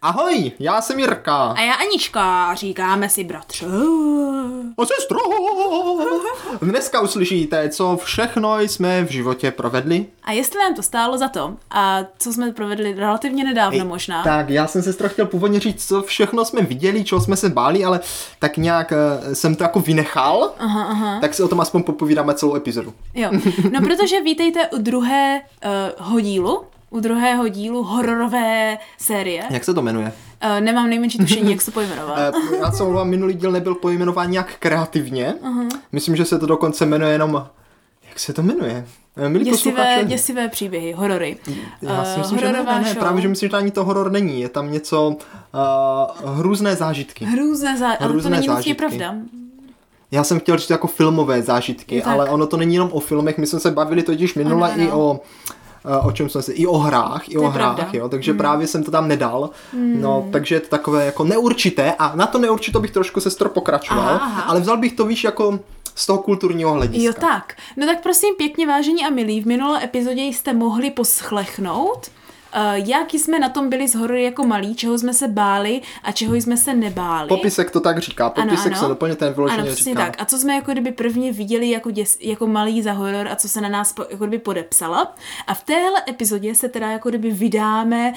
Ahoj, já jsem Jirka. A já Anička, říkáme si bratře. A sestro. Dneska uslyšíte, co všechno jsme v životě provedli. A jestli nám to stálo za to, a co jsme provedli relativně nedávno možná. Tak, já jsem sestro chtěl původně říct, co všechno jsme viděli, čeho jsme se báli, ale tak nějak jsem to jako vynechal, tak si o tom aspoň popovídáme celou epizodu. Jo, no protože vítejte u druhého dílu hororové série. Jak se to jmenuje? Nemám nejmenší tušení, jak se to pojmenovat. Já se omlouvám, minulý díl nebyl pojmenován nějak kreativně. Myslím, že se to dokonce jmenuje jenom... Jak se to jmenuje? Děsivé příběhy, horory. Já si myslím, že ne, právě že myslím, že ani to horor není. Je tam něco hrůzné zážitky. Ale to není moc pravda. Já jsem chtěl říct jako filmové zážitky, ale ono to není jenom o filmech. My jsme se bavili totiž minule i o čem jsme se, i o hrách, jo, takže právě jsem to tam nedal, no, takže je to takové jako neurčité a na to neurčito bych trošku sestro pokračoval, ale vzal bych to víš jako z toho kulturního hlediska. Jo tak, no tak prosím pěkně vážení a milí, v minulé epizodě jste mohli poslechnout, jak jsme na tom byli s horory jako malí, čeho jsme se báli a čeho jsme se nebáli. Popisek to tak říká, popisek se doplně ten vyloženě říká. Tak. A co jsme jako kdyby prvně viděli jako malí za horor a co se na nás jako kdyby podepsala. A v téhle epizodě se teda jako kdyby vydáme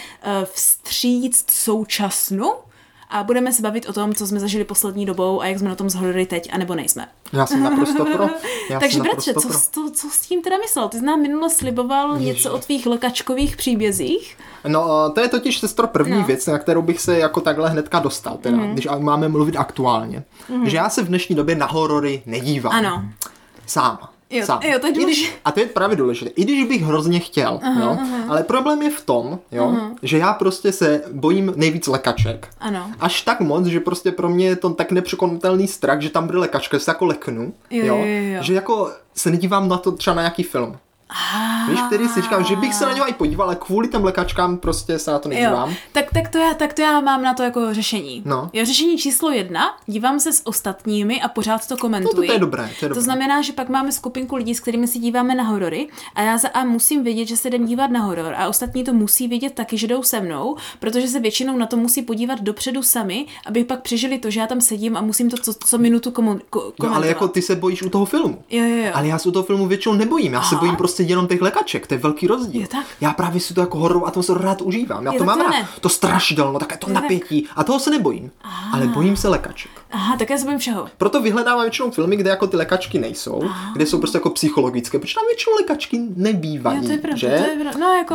vstříc současnu a budeme se bavit o tom, co jsme zažili poslední dobou a jak jsme na tom s horory teď, anebo nejsme. Já jsem naprosto pro. Takže bratře, co s tím teda myslel? Ty jsi nám minule sliboval něco o tvých lekačkových příbězích. No, to je totiž sestro první věc, na kterou bych se jako takhle hnedka dostal, teda, když máme mluvit aktuálně. Že já se v dnešní době na horory nedívám. Ano. Sám. Jo, to je důležité. A to je právě důležité. I když bych hrozně chtěl, ale problém je v tom, že já prostě se bojím nejvíc lékaček. Ano. Až tak moc, že prostě pro mě je to tak nepřekonatelný strach, že tam bude lékačka, že se jako leknu, že jako se nedívám na to třeba na nějaký film. Víš, který si říkám, že bych se na něho i podíval, ale kvůli těm lékačkám prostě se na to nedívám. Tak to já mám na to jako řešení. No. Jo, řešení číslo 1, dívám se s ostatními a pořád to komentuji. To je dobré. To znamená, že pak máme skupinku lidí, s kterými si díváme na horory a já musím vědět, že se jdem dívat na horor a ostatní to musí vědět taky, že jdou se mnou, protože se většinou na to musí podívat dopředu sami, aby pak přežili to, že já tam sedím a musím to co minutu komentovat. No, ale jako ty se bojíš u toho filmu. Jo. Ale já se u toho filmu většinou nebojím. Já se bojím prostě jenom těch lékaček, to je velký rozdíl. Já právě si to jako hororovou atmosféru rád užívám. Já to mám rád. To strašidelno, také to napětí. A toho se nebojím. Ale bojím se lékaček. Tak já se bojím všeho. Proto vyhledávám většinou filmy, kde jako ty lékačky nejsou, kde jsou prostě jako psychologické, protože tam většinou lékačky nebývají. To je pravda. No jako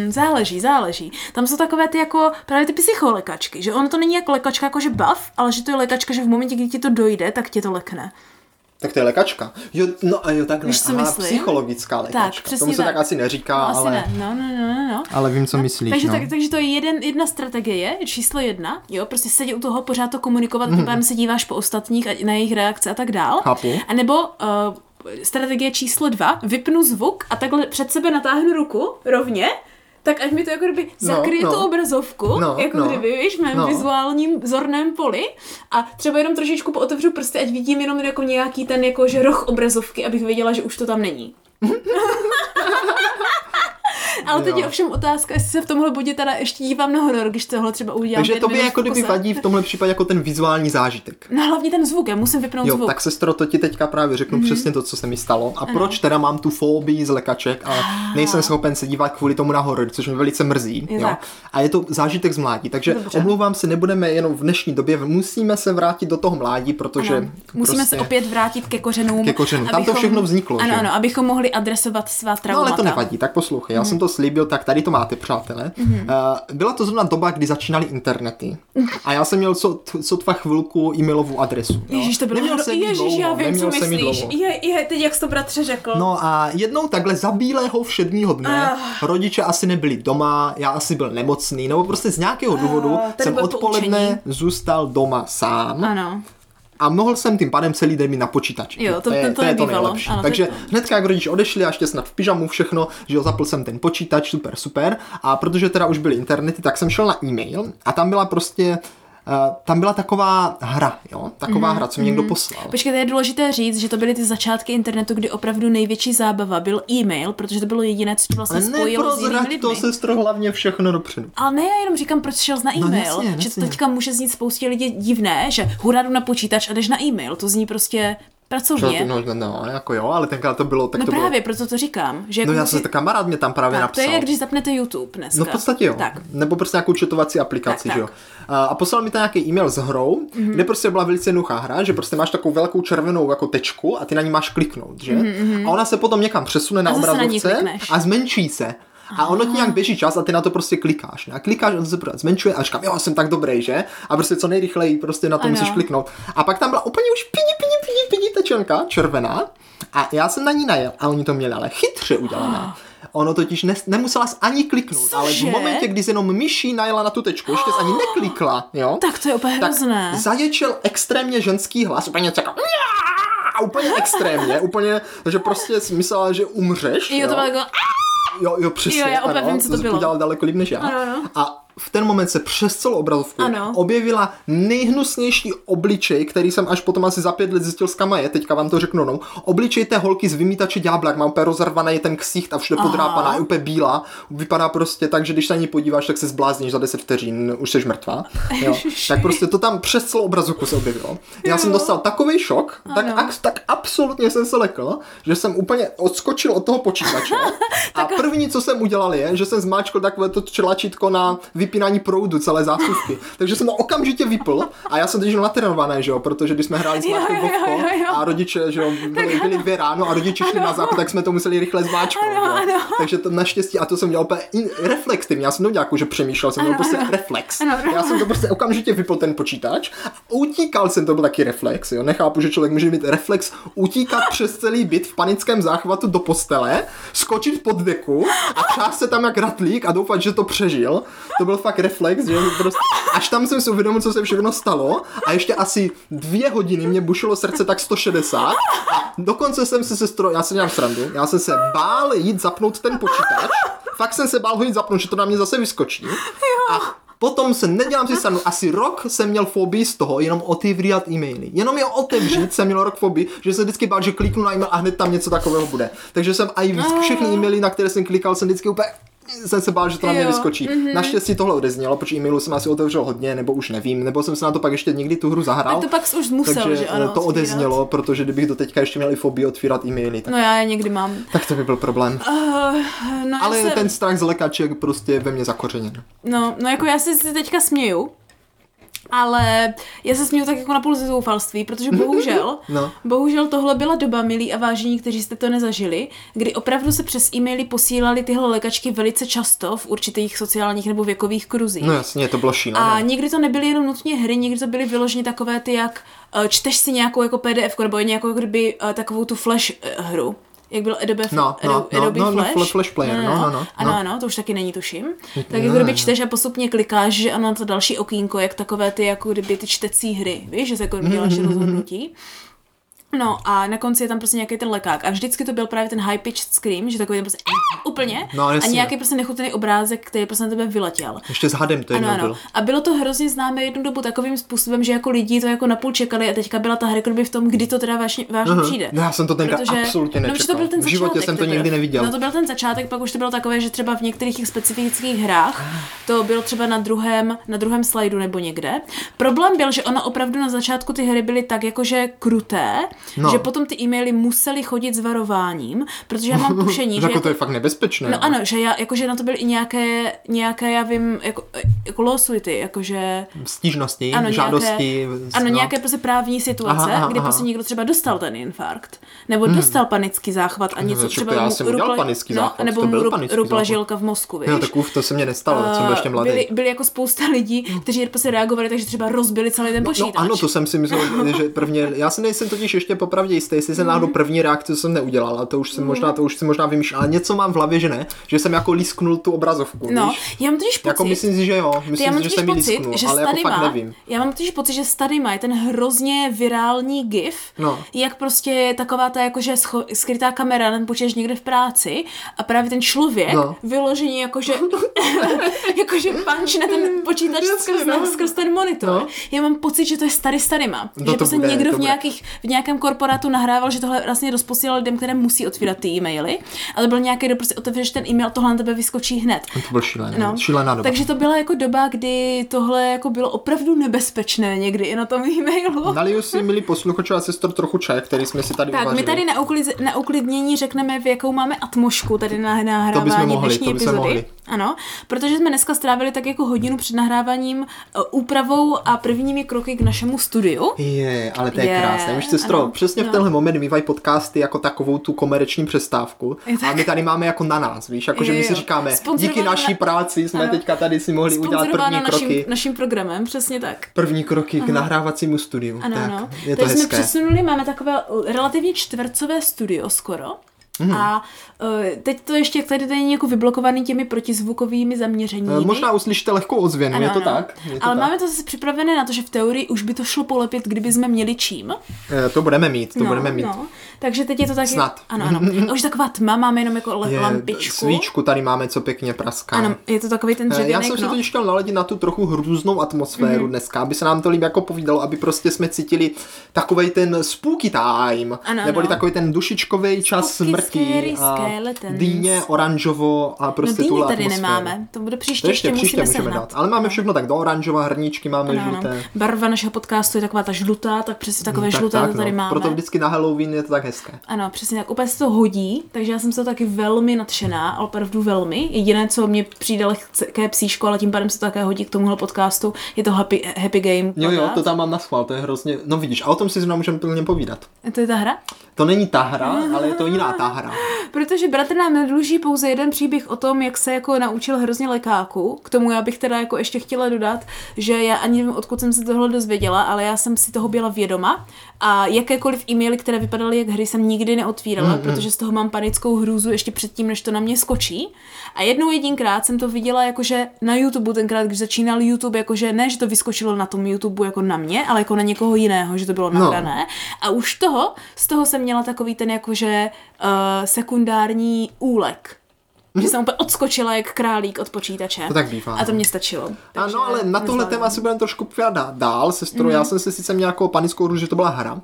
záleží. Tam jsou takové ty jako právě ty psycholékačky, že ono to není jako lékačka jakože bav, ale že to je lékačka, že v momentě, kdy ti to dojde, tak tě to lekne. Tak to je lékačka. Jo, takhle. Víš, co myslím? Psychologická lékačka. Tak, tomu se tak asi neříká, ale... Asi ne. No. Ale vím, co myslíš, takže to je jedna strategie, číslo 1, jo, prostě sedět u toho, pořád to komunikovat, tím pádem se díváš po ostatních a na jejich reakce a tak dál. Chápu. A nebo strategie číslo 2, vypnu zvuk a takhle před sebe natáhnu ruku rovně, tak ať mi to jako kdyby zakryje tu obrazovku, kdyby, víš, v mém vizuálním zorném poli a třeba jenom trošičku pootevřu prsty, ať vidím jenom jako nějaký ten jakože roh obrazovky, abych věděla, že už to tam není. Ale teď je ovšem otázka, jestli se v tomhle bodě teda ještě dívám na horor, když tohle třeba udělám. Takže tobě jako kdyby vadí v tomhle případě jako ten vizuální zážitek. No hlavně ten zvuk, já musím vypnout zvuk. Tak sestro, to ti teďka právě řeknu přesně to, co se mi stalo. A proč teda mám tu fobii z lékaček a nejsem schopen se dívat kvůli tomu na horor, což mě velice mrzí. Jo? A je to zážitek z mládí, takže omlouvám se, nebudeme jenom v dnešní době, musíme se vrátit do toho mládí, protože musíme se opět vrátit ke kořenům. Tam to všechno vzniklo. Ano, abychom mohli adresovat svá traumata. No ale to nevadí, tak poslouchej, já jsem to slíbil, tak tady to máte, přátelé. Byla to zrovna doba, kdy začínaly internety. A já jsem měl sotva chvilku e-mailovou adresu. Ježíš, to bylo já vím, co myslíš. Teď jak jsi to bratře řekl. No a jednou takhle za bílého všedního dne rodiče asi nebyli doma, já asi byl nemocný, nebo prostě z nějakého důvodu jsem odpoledne zůstal doma sám. Ano. A mohl jsem tím pádem celý den mít na počítači. Jo, to je to nejlepší. Ano, takže hnedka, jak rodiče odešli, a ještě snad v pyžamu všechno, že jo, zapl jsem ten počítač, super. A protože teda už byly internety, tak jsem šel na e-mail a tam byla prostě tam byla taková hra, jo? Taková hra, co mi někdo poslal. Počkej, to je důležité říct, že to byly ty začátky internetu, kdy opravdu největší zábava byl e-mail, protože to bylo jediné, co tě vlastně spojilo s jinými lidmi. To sestro hlavně všechno dopředu. Ale ne, já jenom říkám, proč šel na e-mail, jasně. že to teďka může znít spoustě lidí divné, že hurá jdu na počítač a jdeš na e-mail, to zní prostě pracovně. No, jako jo, ale tenkrát to bylo tak. No to právě, bylo... proto to říkám. Že jako já jsem tak kamarád mě tam právě napsal. To je, jak když zapnete YouTube dneska. No v podstatě jo. Tak. Nebo prostě nějakou četovací aplikaci, že jo. A poslal mi tam nějaký e-mail s hrou, kde prostě byla velice jednoduchá hra, že prostě máš takovou velkou červenou jako tečku a ty na ní máš kliknout, že? A ona se potom někam přesune na obrazovce a zmenší se. A ono ti nějak běží čas a ty na to prostě klikáš. A klikáš, on se zmenšuje a říkám, jo, jsem tak dobrý, že? A prostě co nejrychleji prostě na to musíš kliknout. A pak tam byla úplně už pidi tečenka, červená. A já jsem na ní najel a oni to měli ale chytře udělané. Ono totiž nemusela ani kliknout, ale v momentě, kdy jsi jenom myší najela na tu tečku, ještě jsi ani neklikla, jo? Tak to je úplně hrozné. Tak zaječel extrémně ženský hlas, úplně něco jako úplně extrémně, úplně, že prostě jsi myslela, že umřeš. Jo, to bylo jako Jo, přesně. Jo, já opět vím, co to bylo. Udělal daleko líp než já. Ano. A v ten moment se přes celou obrazovku objevila nejhnusnější obličej, který jsem až potom asi za 5 let zjistil, s kama je, teďka vám to řeknu, no. Obličej té holky z Vymýtače ďábla, má úplně rozrvaný ten ksicht a všude podrápaná, je úplně bílá. Vypadá prostě tak, že když se na ní podíváš, tak se zblázníš za 10 vteřin, už jsi mrtvá. Jo. Tak prostě to tam přes celou obrazovku se objevilo. Já jsem dostal takovej šok, tak absolutně jsem se lekl, že jsem úplně odskočil od toho počítače. A první, co jsem udělal, je, že jsem zmáčkl takové to tlačítko na vypínání proudu celé zásuvky. Takže jsem to okamžitě vypl a já jsem teď natrénovaný, že jo, protože když jsme hráli s Markem Vovko a rodiče, že jo, byli 2 ráno a rodiče šli na záchod, tak jsme to museli rychle zmáčknout. Takže to naštěstí, a to jsem dělal úplně reflexivně, já jsem to nějakou, že přemýšlel, jsem měl prostě reflex. Já jsem to prostě okamžitě vypl ten počítač a utíkal jsem, to byl taky reflex, jo, nechápu, že člověk může mít reflex utíkat přes celý byt v panickém záchvatu do postele, skočit pod deku a třást se tam jak ratlík a doufat, že to přežil. To byl fakt reflex, že prostě až tam jsem si uvědomil, co se všechno stalo a ještě asi 2 hodiny mě bušilo srdce tak 160 a dokonce jsem se sestrou, já se dělám srandu, já jsem se bál jít zapnout ten počítač, fakt jsem se bál ho jít zapnout, že to na mě zase vyskočí a potom se nedělám si srandu, asi rok jsem měl fobii z toho, jenom otevřít e-maily. Jenom je otevřít jsem měl rok fobii, že se vždycky bál, že kliknu na e-mail a hned tam něco takového bude. Takže jsem i všechny e-maily, na které jsem klikal, jsem vždycky úplně jsem se bál, že to na mě vyskočí. Naštěstí tohle odeznělo, protože e-mailu jsem asi otevřel hodně, nebo už nevím, nebo jsem se na to pak ještě někdy tu hru zahrál. Tak to pak už musel, takže že ano, to odeznělo, protože kdybych do teďka ještě měl i fobii otvírat e-maily. Tak... No já je někdy mám. Tak to by byl problém. Ale ten strach z lekaček prostě je ve mně zakořeněn. No jako já si teďka směju. Ale já se směju tak jako na půl ze zoufalství, protože bohužel tohle byla doba, milí a vážení, kteří jste to nezažili, kdy opravdu se přes e-maily posílaly tyhle lékačky velice často v určitých sociálních nebo věkových kruzích. No jasně, to bylo šílené. A někdy to nebyly jenom nutně hry, někdy to byly vyloženě takové ty, jak čteš si nějakou jako PDF nebo nějakou kdyby takovou tu flash hru. Jak byl Adobe Flash. Flash Player, Ano, to už taky není, tuším. Tak jako kdyby čteš a postupně klikáš, že ano, to další okýnko, jak takové ty, jako kdyby ty čtecí hry, víš, že se jako děláš rozhodnutí. No a na konci je tam prostě nějaký ten lekák a vždycky to byl právě ten high-pitched scream, že takový ten prostě úplně a nějaký prostě nechutený obrázek, který prostě na tebe vyletěl. Ještě s hadem to jednou bylo. A bylo to hrozně známé jednu dobu takovým způsobem, že jako lidi to jako napůl čekali a teďka byla ta hra v tom, kdy to teda vážně přijde. No, já jsem to tenkrát absolutně nečekal. To byl ten v životě jsem to nikdy neviděl. No to byl ten začátek, pak už to bylo takové, že třeba v některých těch specifických hrách to bylo třeba na druhém slajdu nebo někde. Problém byl, že ono opravdu na začátku ty hry byly tak jakože kruté, že potom ty e-maily musely chodit s varováním, protože já mám tušení, že jako to je fakt nebezpečné. No ano, že jakože na to byly i nějaké já vím, jako lawsuity, jakože stížnosti, žádosti. Nějaké prostě právní situace, kdy prostě někdo třeba dostal ten infarkt, nebo dostal panický záchvat a něco třeba já jsem udělal panický záchvat, nebo mu rupla žilka v mozku, víš. No tak to se mně nestalo, jsem byl ještě mladý. Byli jako spousta lidí, kteří prostě reagovali, takže třeba rozbili celý ten počítač. No ano, to jsem si myslel, že prvně, já si nejsem totiž ještě ještě popravdě jistý, jestli jsem náhodou první reakci, co jsem neudělal, ale to už si možná vymýšlel, ale něco mám v hlavě, že ne, že jsem jako lísknul tu obrazovku, no, víš? Já mám totiž pocit, jako myslím si, že jo, myslím si, že jsem ji lísknul, ale jako fakt nevím. Já mám totiž pocit, že Stadima je ten hrozně virální gif, jak prostě taková ta jakože skrytá kamera, ten počítač někde v práci a právě ten člověk vyložený jakože punch na ten počítač skrz ten monitor. Já mám pocit, že to je Stadima. Že prostě někdo v nějakém korporátu nahrával, že tohle vlastně rozposílal lidem, které musí otvírat ty e-maily, ale byl nějaký, kdo prostě otevřeš ten e-mail, tohle na tebe vyskočí hned. To byl šílená doba. Takže to byla jako doba, kdy tohle jako bylo opravdu nebezpečné někdy i na tom e-mailu. Naliju si, milí posluchači a sestro, trochu čaj, který jsme si tady uvařili. Tak, my tady na uklidnění řekneme, v jakou máme atmosféru tady na nahrávání dnešní epizody. Ano, protože jsme dneska strávili tak jako hodinu před nahráváním úpravou a prvními kroky k našemu studiu. Ale to je krásné. Víš, sestro, přesně v tenhle moment mývají podcasty jako takovou tu komerční přestávku. A my tady máme jako na nás, víš, jakože my si říkáme, díky naší práci jsme teďka tady si mohli udělat první kroky. Naším programem, přesně tak. První kroky k nahrávacímu studiu. Ano. Je to hezké. Jsme přesunuli, máme takové relativně čtvercové studio skoro. A teď to ještě tady není jako vyblokovaný těmi protizvukovými zaměřeními. Možná uslyšíte lehkou ozvěnu, ano, je to tak? Ale máme to zase připravené na to, že v teorii už by to šlo polepit, kdyby jsme měli čím. To budeme mít. No. Takže teď je to taky... Snad. Ano. A už taková tma, máme jenom jako lampičku. Svíčku tady máme, co pěkně praská. Ano, je to takový ten dřevěný. Já jsem se totiž chtěl naladit na tu trochu hrůznou atmosféru dneska, aby se nám to líp jako povídalo, aby prostě jsme cítili takovej ten spooky time, neboli takový ten dušičkový čas smrti a dýně, oranžovo a prostě tu atmosféru. Tady nemáme, to bude příště musíme sehnat. Dát. Ale máme všechno tak do oranžova, hrníčky máme žluté. Barva našeho podcastu je taková ta žlutá, tak přesně takové žluté to tady máme. Proto vždycky na Halloween je to tak hezké. Ano, přesně tak, úplně se to hodí, takže já jsem se to taky velmi nadšená, ale opravdu velmi. Jediné, co mě přijde lehké psíško, ale tím pádem se to také hodí k tomuhle podcastu, je to Happy Game. Jo, to tam mám na schvál, to je hrozně, no vidíš, a o tom si zrovna můžeme plně povídat. To je ta hra? To není ta hra, ale je to jiná ta hra. Protože bratr nám nedluží pouze jeden příběh o tom, jak se jako naučil hrozně lekáku. K tomu já bych teda jako ještě chtěla dodat, že já ani nevím, odkud jsem se tohle dozvěděla, ale já jsem si toho byla vědoma a jakékoliv e-maily, které vypadaly jak hry, jsem nikdy neotvírala, protože z toho mám panickou hrůzu ještě předtím, než to na mě skočí. A jedinkrát jsem to viděla jakože na YouTube, tenkrát, když začínal YouTube, jakože ne, že to vyskočilo na tom YouTube jako na mě, ale jako na někoho jiného, že to bylo nahrané. A už z toho jsem měla takový ten jakože sekundární úlek. Že jsem úplně odskočila jak králík od počítače. To tak bývá. A to mě stačilo. Takže ano, ale na tohle téma si budeme trošku povídat dál, sestro. Já jsem si sice měl jako panickou hru, že to byla hra.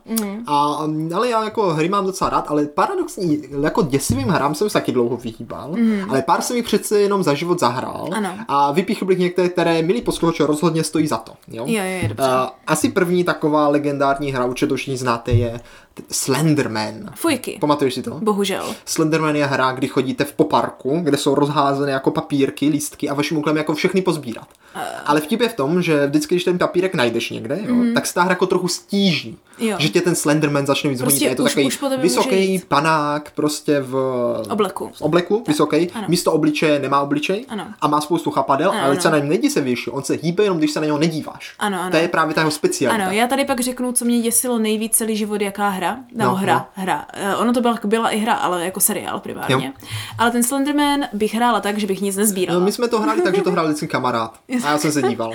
Ale já jako hry mám docela rád, ale paradoxně jako děsivým hrám jsem se taky dlouho vyhýbal. Ale pár jsem jich přece jenom za život zahrál. Ano. A vypíchl bych některé, které, milí posluchači, rozhodně stojí za to. Jo, dobře. Asi první taková legendární hra, určitě to všichni znáte, je Slenderman. Fujky. Pamatuješ si to? Bohužel. Slenderman je hra, kdy chodíte v poparku, kde jsou rozházené jako papírky, lístky a vaším úkolem jako všechny pozbírat. Ale vtip je v tom, že vždycky, když ten papírek najdeš někde, tak se ta hra jako trochu stíží. Že tě ten Slenderman začne víc honit. Je to takový vysoký panák prostě v obleku, vysoký. Místo obličeje nemá obličej a má spoustu chapadel, ale se na něm nedí se větší. On se hýbe jenom, když se na něho nedíváš. Ano. To je právě ta jeho specialita. Ano, já tady pak řeknu, co mě děsilo nejvíc celý život, jaká hra. Hra. Ono to byla i hra, ale jako seriál primárně. Ale ten Slenderman bych hrála tak, že bych nic nezbírala. No, my jsme to hráli tak, že to hrál vždycky kamarád. A já jsem se díval.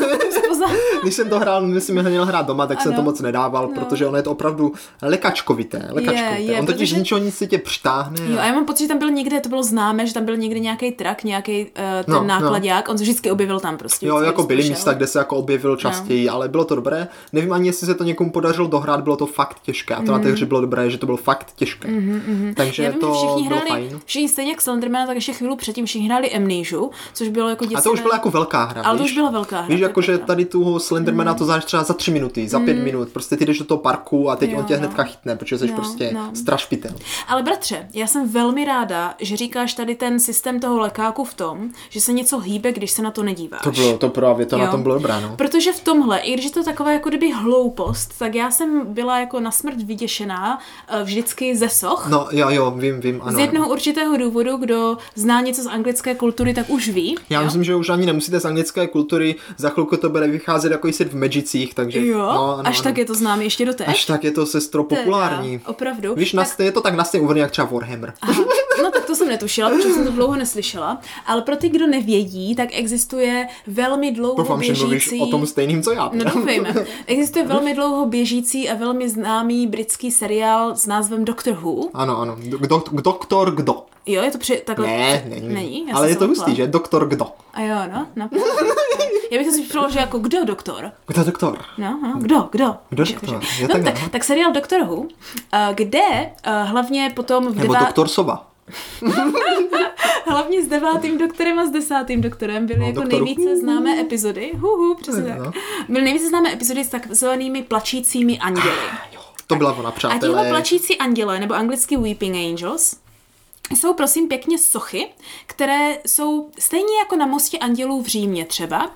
Když jsem to hrál, myslím, že měl hrát doma, tak jsem to moc nedával, protože ono je to opravdu lekačkovité. On totiž ničeho nic si tě přitáhne. Jo, a já mám pocit, že tam byl někde, to bylo známé, že tam byl někde nějaký trak, nějaký ten nákladák, on se vždycky objevil tam prostě. Jo, jako byly místa, kde se jako objevil častěji, ale bylo to dobré. Nevím ani, jestli se to někomu podařilo dohrát, bylo to fakt těžké. A to na té hře bylo dobré, že to bylo fakt těžké. Takže já vím, to bylo fajn. Všichni stejně jak Slendermana, tak ještě chvíli předtím všichni hráli Amnésiu, což bylo jako děsivé. A to už byla jako velká hra. Ale to už byla velká hra. Víš, jako že tady tu Slendermana to záš třeba za 3 minuty, za 5 minut. Prostě ty jdeš do toho parku a teď on tě hnedka chytne, protože jsi prostě strašpitel. Ale bratře, já jsem velmi ráda, že říkáš tady ten systém toho lekáku v tom, že se něco hýbe, když se na to nedíváš. To právě to na tom bylo dobré, no. Protože v tomhle, i když je to taková jako kdyby hloupost, tak já jsem byla jako na smrt vyděšená vždycky ze soch. No jo, vím, ano. Z jednoho určitého důvodu, kdo zná něco z anglické kultury, tak už ví. Já myslím, že už ani nemusíte z anglické kultury, za chvilku to bude vycházet jako jsi v Magicích, takže... Jo, no, až tak je to známé ještě doteď. Až tak je to, sestro, populární. Opravdu. Víš, je to tak nasně uvedené jak třeba Warhammer. Aha, no tak to jsem netušila, protože jsem to dlouho neslyšela, ale pro ty, kdo nevědí, tak existuje velmi dlouho běžící... Doufám, že mluvíš o tom stejným, co já. No doufejme. Existuje velmi dlouho běžící a velmi známý britský seriál s názvem Doctor Who. Ano. Doktor kdo? Jo, je to takhle... Ne, není. Ale je to hustý, že? Doktor kdo? A jo, no. Já bych to si přeložila jako kdo doktor. Kdo doktor? No, kdo? Kdo doktor? Tak seriál Doctor Who, kde hlavně potom Nebo Doktor Sova. Hlavně s 9. doktorem a s 10. doktorem byly jako nejvíce známé epizody. Přesně tak. Byly nejvíce známé epizody s takzvanými plačícími anděli. To byla ona, přátelé. A tihle plačící anděle, nebo anglicky Weeping Angels, jsou prosím pěkně sochy, které jsou stejně jako na mostě andělů v Římě třeba.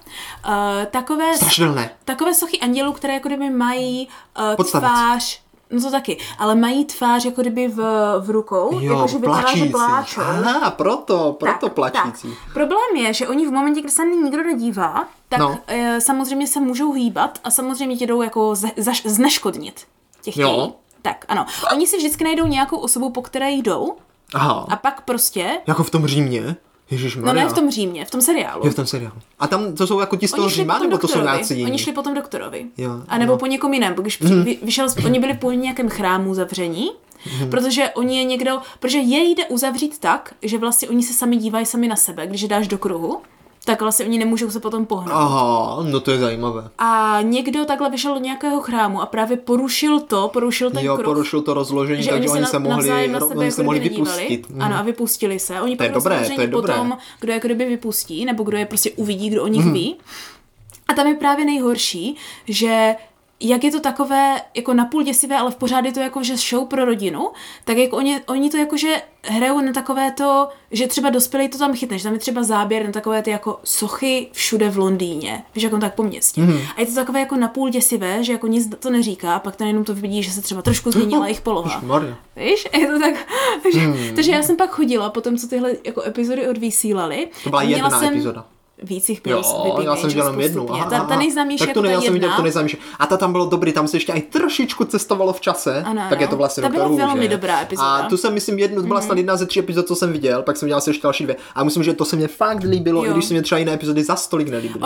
Takové sochy andělů, které jako kdyby mají tvář. No to taky, ale mají tvář jako kdyby v rukou, jakože vypadá, že pláčou. Aha, proto plačící. Tak. Problém je, že oni v momentě, kdy se na ně nikdo nedívá, tak samozřejmě se můžou hýbat a samozřejmě tě jdou jako zneškodnit. Jo. Tak, ano. Oni si vždycky najdou nějakou osobu, po které jdou. Aha. A pak prostě... Jako v tom Římě? Ježišmarja. No ne v tom Římě, v tom seriálu. Jo, v tom seriálu. A tam to jsou jako ti z toho Říma, nebo to jsou nějací jiní? Oni šli potom doktorovi. Jo. A nebo po někom jiném, když oni byli po nějakém chrámu zavření, protože oni je někdo, protože je jde uzavřít tak, že vlastně oni se sami dívají sami na sebe, když je dáš do kruhu. Tak vlastně oni nemůžou se potom pohnout. Aha, no to je zajímavé. A někdo takhle vyšel do nějakého chrámu a právě porušil ten kruh. Jo, porušil to rozložení, takže oni se mohli vypustit. Ano, a vypustili se. Oni pak rozložení potom, kdo jako kdyby vypustí, nebo kdo je prostě uvidí, kdo o nich ví. A tam je právě nejhorší, že jak je to takové jako napůl děsivé, ale v pořád je to jako, že show pro rodinu, tak jako oni to jakože hrajou na takové to, že třeba dospělý to tam chytne, že tam je třeba záběr na takové ty jako sochy všude v Londýně, víš, jako tak po městě. A je to takové jako napůl děsivé, že jako nic to neříká, pak to jenom to vidí, že se třeba trošku změnila jejich poloha. Víš, je to tak, takže já jsem pak chodila potom, co tyhle jako epizody odvysílali. To byla jedna epizoda. Víc jich bylo. Jo, já jsem viděl jenom jednu. Ta nejznámější jako ta jedna. Já jsem viděl to nejznámější. A ta tam bylo dobrý, tam se ještě i trošičku cestovalo v čase. Ano, tak je to vlastně Doctor Who, velmi dobrá epizoda. A tu jsem myslím to byla snad jedna ze 3 epizod, co jsem viděl, pak jsem viděl asi ještě další 2. A myslím, že to se mě fakt líbilo, i když se mě třeba jiné epizody za stolik nelíbily.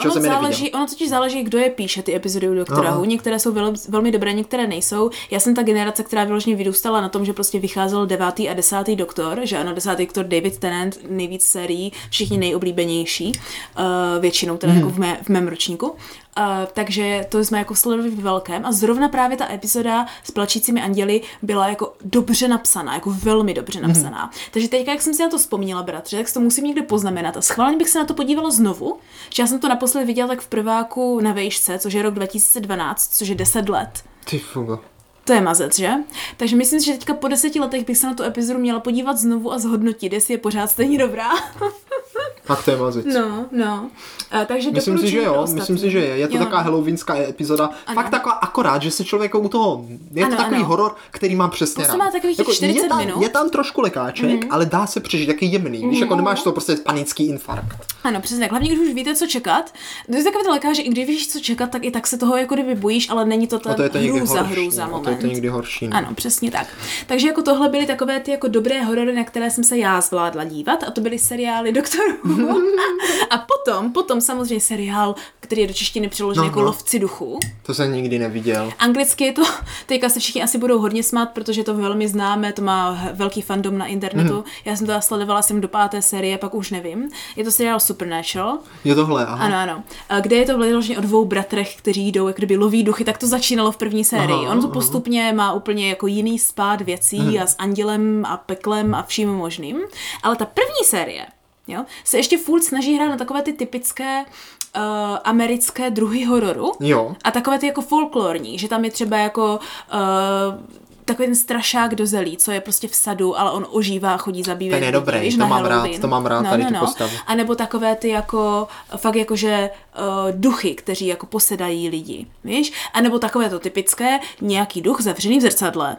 Ono totiž záleží, kdo je píše ty epizody u Doktora Who. Některé jsou velmi dobré, některé nejsou. Já jsem ta generace, která vyloženě vyrůstala na tom, že prostě vycházel 9. a 10. doktor, že ano, 10. doktor David Tennant, nejvíc sérií, všichni nejoblíbenější. Většinou teda jako v mém ročníku. Takže to jsme jako sledovali v velkém a zrovna právě ta epizoda s plačícími anděli byla jako dobře napsaná, jako velmi dobře napsaná. Takže teďka, jak jsem si na to vzpomněla, bratře, tak si to musím někde poznamenat a schválně bych se na to podívala znovu, že já jsem to naposledy viděla tak v prváku na vejšce, což je rok 2012, což je 10 let. Ty fugo. To je mazec, že? Takže myslím si, že teďka po 10 letech bych se na tu epizodu měla podívat znovu a zhodnotit, jestli je pořád stejně dobrá. Tak to je mazec. No. Takže myslím si, že jo, myslím si, že je. Je to taková halloweenská epizoda. Ano. Fakt taková akorát, že se člověk u toho... Je to takový horor, který mám přesně rád. To má takových jako 40 minut. Je tam trošku lekáček, ale dá se přežít, jaký jemný. Víš, jako nemáš to prostě panický infarkt. Ano, přesně tak. Hlavně, když už víte, co čekat. To je takový to lékař, i když víš, co čekat, tak i tak se toho jako kdyby bojíš, ale není to ten hrůza moment. To je to někdy horší. Ano, přesně tak. Takže jako tohle byly takové ty jako dobré horory, na které jsem se já zvládla dívat, a to byly seriály Doktorů. A potom samozřejmě seriál, který je do češtiny přeložen jako Lovci duchů. To jsem nikdy neviděl. Anglicky je to, teďka se všichni asi budou hodně smát, protože to velmi známe, to má velký fandom na internetu. Já jsem to sledovala jsem do 5. série, pak už nevím. Je to seriál Supernatural. Je tohle, aha. Ano. Kde je to vlastně o 2 bratrech, kteří jdou, jak kdyby loví duchy, tak to začínalo v první sérii. Ono to postupně má úplně jako jiný spád věcí a s andělem a peklem a vším možným. Ale ta první série, jo, se ještě furt snaží hrát na takové ty typické americké druhy hororu. Jo. A takové ty jako folklorní, že tam je třeba jako takový ten strašák do zelí, co je prostě v sadu, ale on ožívá a chodí zabíjet. Ten je dobrý, to mám rád tady tu postavu. A nebo takové ty jako, fakt jakože duchy, kteří jako posedají lidi, víš? A nebo takové to typické, nějaký duch zavřený v zrcadle.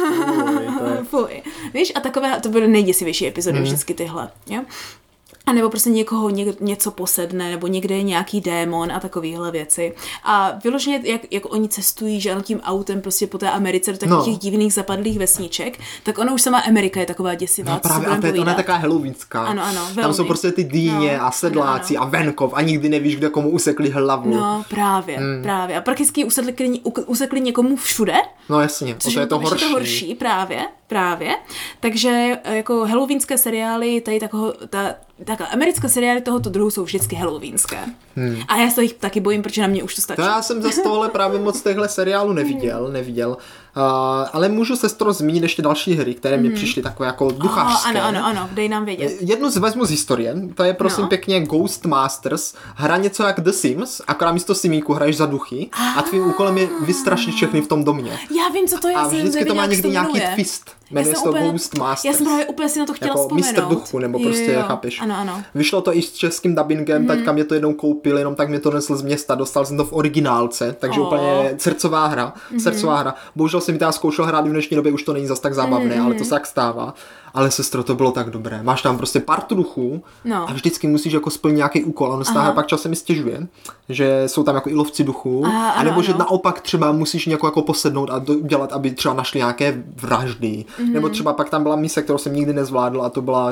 Fuj. Víš? A takové, to byly nejděsivější epizody vždycky tyhle, jo? A nebo prostě někoho něco posedne, nebo někde je nějaký démon a takovéhle věci. A vyloženě, jak oni cestují, že ano, tím autem prostě po té Americe do takových těch divných zapadlých vesniček, tak ono už sama Amerika je taková děsivá. No právě, a ona je taková halloweenská. Ano, velmi. Tam jsou prostě ty dýně a sedláci a venkov a nikdy nevíš, kde komu usekli hlavu. No právě. A prakticky usekli někomu všude. No jasně, což to je to horší. To horší, právě. Takže jako halloweenské seriály, tady takové americké seriály tohoto druhu jsou vždycky halloweenské. A já se jich taky bojím, protože na mě už to stačí. To já jsem za tohle právě moc těchto seriálů neviděl. Ale můžu, sestro, zmínit ještě další hry, které mi přišly takové jako duchařské. Ano, dej nám vědět. Jednu vezmu z historie, to je prosím pěkně Ghostmasters. Hra něco jak The Sims, akorát místo simíku hraješ za duchy a tvým úkolem je vystrašit všechny v tom domě. Já vím, co to je. A vždycky to má někdy nějaký twist. Jmenuje se to Ghostmasters. Já jsem právě úplně si na to chtěla jako vzpomenout. Mistr duchu, nebo prostě, chápeš. Ano. Vyšlo to i s českým dubbingem, taťka mě to jednou koupil, jenom tak mě to nesl z města, dostal jsem to v originálce, takže úplně srdcová hra. Bohužel jsem mi teda zkoušel hrát v dnešní době, už to není zas tak zábavné, ale to se tak stává. Ale sestro, to bylo tak dobré. Máš tam prostě partu duchů a vždycky musíš jako splnit nějaký úkol. On stále pak časem mi stěžuje, že jsou tam jako i lovci duchů, anebo že naopak třeba musíš někoho jako posednout a dělat, aby třeba našli nějaké vraždy. Nebo třeba pak tam byla mise, kterou jsem nikdy nezvládl, a to byla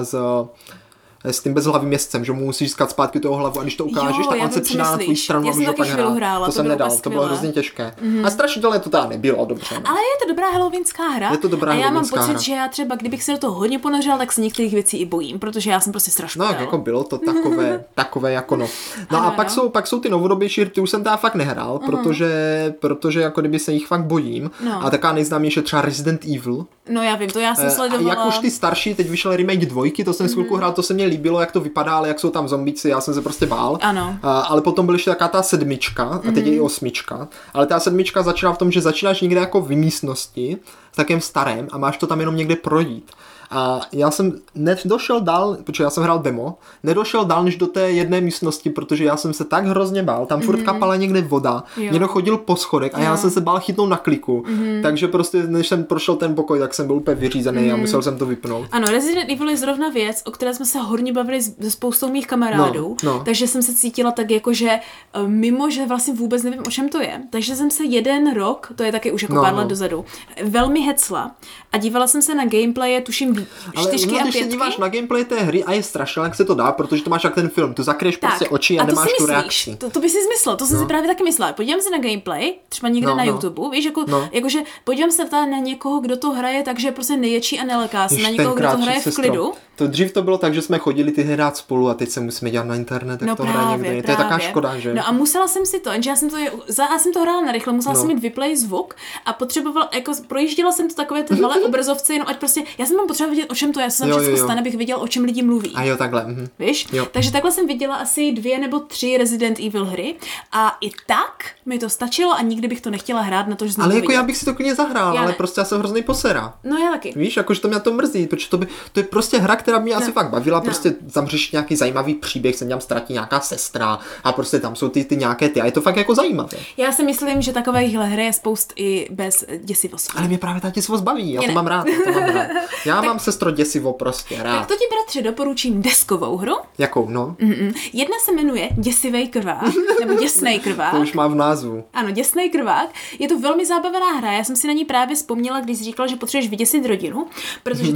s tím bezhlavým městcem, že mu musíš získat zpátky toho hlavu a když to ukážeš, tak on se přidá na tvou stranu a může pak hrát. To jsem nedal, to bylo hrozně těžké. A strašidelné to teda nebylo, dobře. Ale je to dobrá halloweenská hra. A já mám pocit, že já třeba, kdybych se do toho hodně ponořila, tak se některých věcí i bojím, protože já jsem prostě strašná. No, jako bylo to takové jako no. No a pak jsou ty novodobější, ty už jsem teda fakt nehrál, protože jako kdyby se jich fakt bojím. A taká nejznámější třeba Resident Evil. No já vím, to já jsem sledovala. Jak už ty starší, teď vyšel remake 2, to jsem chvilku hrál, to se mě líbilo, jak to vypadá, ale jak jsou tam zombíci, já jsem se prostě bál. Ano. Ale potom byla ještě taká ta 7, a teď je i 8. Ale ta 7 začíná v tom, že začínáš někde jako v místnosti, v takém starém, a máš to tam jenom někde projít. A já jsem nedošel dál, protože já jsem hrál demo, nedošel dál než do té jedné místnosti, protože já jsem se tak hrozně bál, tam furt kapala někde voda, někdo chodil po schodech a já jsem se bál chytnout na kliku, takže prostě než jsem prošel ten pokoj, tak jsem byl úplně vyřízený a musel jsem to vypnout. Ano, Resident Evil je zrovna věc, o které jsme se hodně bavili se spoustou mých kamarádů, takže jsem se cítila tak jako, že mimo, že vlastně vůbec nevím, o čem to je, takže jsem se jeden rok, to je taky už jako pár let dozadu, velmi hecla a dívala jsem se na gameplaye, tuším 4 a 5. Když se díváš na gameplay té hry a je strašné, jak se to dá, protože to máš jak ten film, tu zakryješ prostě oči a nemáš tu reakci. To by si zmyslel, to jsem si právě taky myslela. Podívám se na gameplay, třeba někde na YouTube, víš, jakože podívám se na někoho, kdo to hraje, takže prostě neječí a neleká se, na někoho, kdo to hraje v klidu. To dřív to bylo tak, že jsme chodili ty hry hrát spolu a teď se musíme dělat na internet, tak to hraje někde. To je taká škoda, že? No a musela jsem si to, jenže já jsem to hrála na rychle, musela jsem mít vyplay zvuk a potřebovala, jako projížděla jsem to takové ty malé obrazovce, jenom ať prostě, já jsem potřebovala vidět, o čem to je, co tam všechno stane, abych viděl, o čem lidi mluví. A jo, takhle. Víš? Takže takhle jsem viděla asi 2 nebo 3 Resident Evil hry a i tak mi to stačilo a nikdy bych to nechtěla hrát na to, že jsem ale jako já bych si to klidně zahrál, ale prostě já jsem hrozný posera. No já taky. Víš, jakože to mě to mrzí, protože to je prostě hra, která mě asi fakt bavila, prostě tam řešit nějaký zajímavý příběh, se tam ztratí nějaká sestra a prostě tam jsou ty nějaké a je to fakt jako zajímavé. Já si myslím, že takovéhle hry je spoust i bez děsivosti. Ale mě právě ta děsivost baví, já to mám rád. Já mám, sestro, děsivo prostě rád. Tak to ti, bratře, doporučím deskovou hru. Jakou, no? Jedna se jmenuje Děsivej krvák, nebo Děsnej krvák. To už má v názvu. Ano, Děsnej krvák. Je to velmi zábavná hra. Já jsem si na ní právě vzpomněla, když jsi říkala, že potřebuješ vyděsit rodinu, protože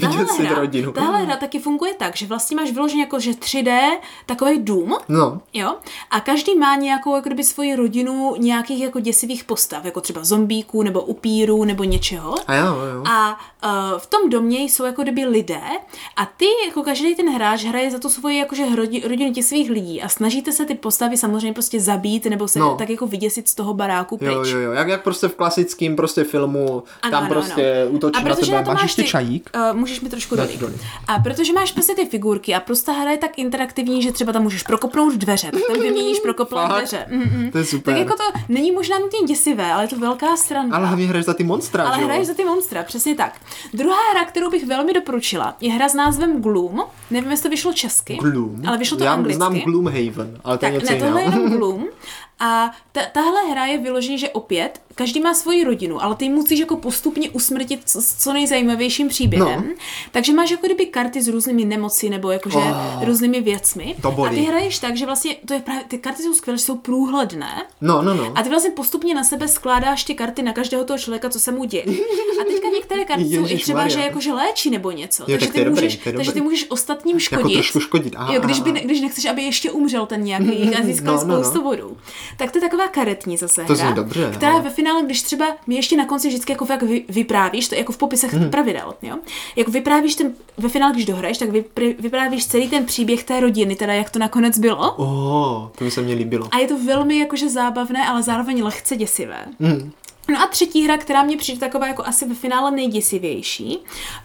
tahle hra taky funguje tak, že vlastně máš vyloženě jako že 3D takový dům. No. Jo? A každý má nějakou jako kdyby svoji rodinu nějakých jako děsivých postav, jako třeba zombíků nebo upírů nebo něčeho. A jo. A v tom domě jsou jako kdyby lidé a ty jako každý ten hráč hraje za tu svoji jakože rodinu těch svých lidí a snažíte se ty postavy samozřejmě prostě zabít nebo se tak jako vyděsit z toho baráku pryč. Jo. Jak prostě v klasickém prostě filmu, tam prostě útočí na tebe. Máš ještě čajík? Můžeš mi trošku dolít. A protože máš prostě ty figurky a prostě hra je tak interaktivní, že třeba tam můžeš prokopnout dveře, tak tam vyměníš prokopnout dveře. To je super. Tak jako to není možná nutně děsivé, ale je to velká strana. Ale hlavně hraješ za ty monstra, ale hraješ za ty monstra, přesně tak. Druhá hra, kterou bych velmi doporučila, je hra s názvem Gloom. Nevím, jestli to vyšlo česky, Gloom. Ale vyšlo to anglicky. Já znám Gloomhaven, ale to je něco jiného. Tohle je jenom Gloom. A tahle hra je vyloženě, že opět každý má svoji rodinu, ale ty musíš jako postupně usmrtit co nejzajímavějším příběhem. No. Takže máš jako kdyby karty s různými nemoci nebo jakože různými věcmi. A ty hraješ tak, že vlastně to je právě, ty karty jsou skvělé, jsou průhledné. No. A ty vlastně postupně na sebe skládáš ty karty na každého toho člověka, co se mu děje. A teďka některé karty jsou i třeba, že jakože léčí nebo něco. Takže ty můžeš ostatním škodit. Jako trošku škodit. Když nechceš, aby ještě umřel ten nějaký a získal spoustu bodů. Tak to je taková karetní zase hra, dobře, která ve finále, když třeba mi ještě na konci vždycky jako vyprávíš, to jako v popisech pravidel, jo? Jako vyprávíš ve finále, když dohraješ, tak vyprávíš celý ten příběh té rodiny, teda jak to nakonec bylo. To mi se mně líbilo. A je to velmi jakože zábavné, ale zároveň lehce děsivé. No a třetí hra, která mě přijde taková jako asi ve finále nejděsivější,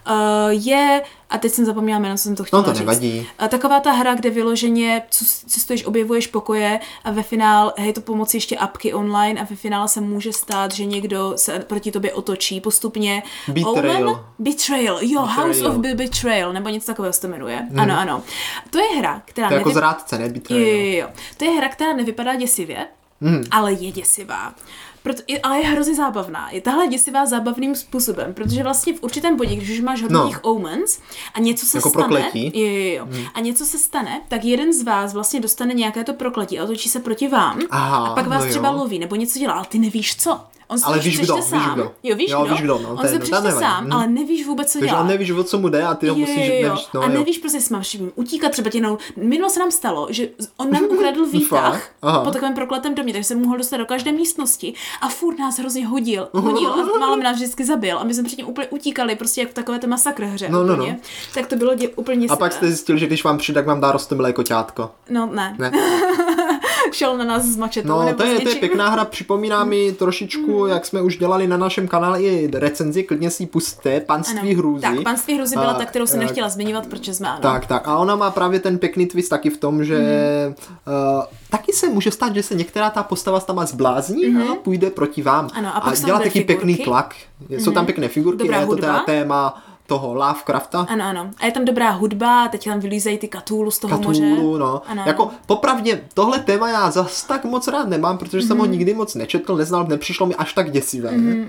je, a teď jsem zapomněla jméno, co jsem to chtěla říct. Nevadí. Taková ta hra, kde vyloženě cestuješ, objevuješ pokoje a ve finále, to pomocí ještě apky online a ve finále se může stát, že někdo se proti tobě otočí postupně. Betrayal. House of Betrayal, nebo něco takového se to jmenuje. Ano. To je hra, která... To je jako zrádce, ne? Betrayal. Jo. To je hra, která nevypadá děsivě, ale je děsivá. Ale je hrozně zábavná. Je tahle děsivá zábavným způsobem, protože vlastně v určitém bodě, když už máš hodně těch omens a něco se jako stane, prokletí. A něco se stane, tak jeden z vás vlastně dostane nějaké to prokletí a otočí se proti vám a pak vás třeba loví nebo něco dělá, ale ty nevíš co. On se víš kdo. Jo, víš kdo. On se přečte sám, ale nevíš vůbec, co dělá. Takže on nevíš, o co mu jde a ty ho musíš, nevíš. A nevíš prostě, jestli máš utíkat třeba minulo se nám stalo, že on nám ukradl výtah po takovém prokletém domě, takže se mohl dostat do každé místnosti a furt nás hrozně hodil a málem nás vždycky zabil a my jsme předtím úplně utíkali, prostě jak v takové té masakr hře. Tak to bylo úplně A pak jste zjistil, že když vám přijde, tak vám dá rostomilé koťátko. No, ne. Šel na nás s mačetou. No, to je pěkná hra, připomíná mi trošičku, jak jsme už dělali na našem kanále i recenzi, klidně si ji pusťte, Panství hrůzy. Tak, Panství hrůzy byla ta, kterou jsem nechtěla zmiňovat, protože jsme ano. Tak. A ona má právě ten pěkný twist taky v tom, že taky se může stát, že se některá ta postava tam zblázní a půjde proti vám. Ano, a dělá taky pěkný tlak. Jsou tam pěkné figurky, dobrá je to hudba. teda téma toho Lovecrafta. Ano. A je tam dobrá hudba, teď tam vylízají ty Cthulhu z toho moře. No. Jako popravdě, tohle téma já zas tak moc rád nemám, protože jsem ho nikdy moc nečetl, neznal, nepřišlo mi až tak děsivé.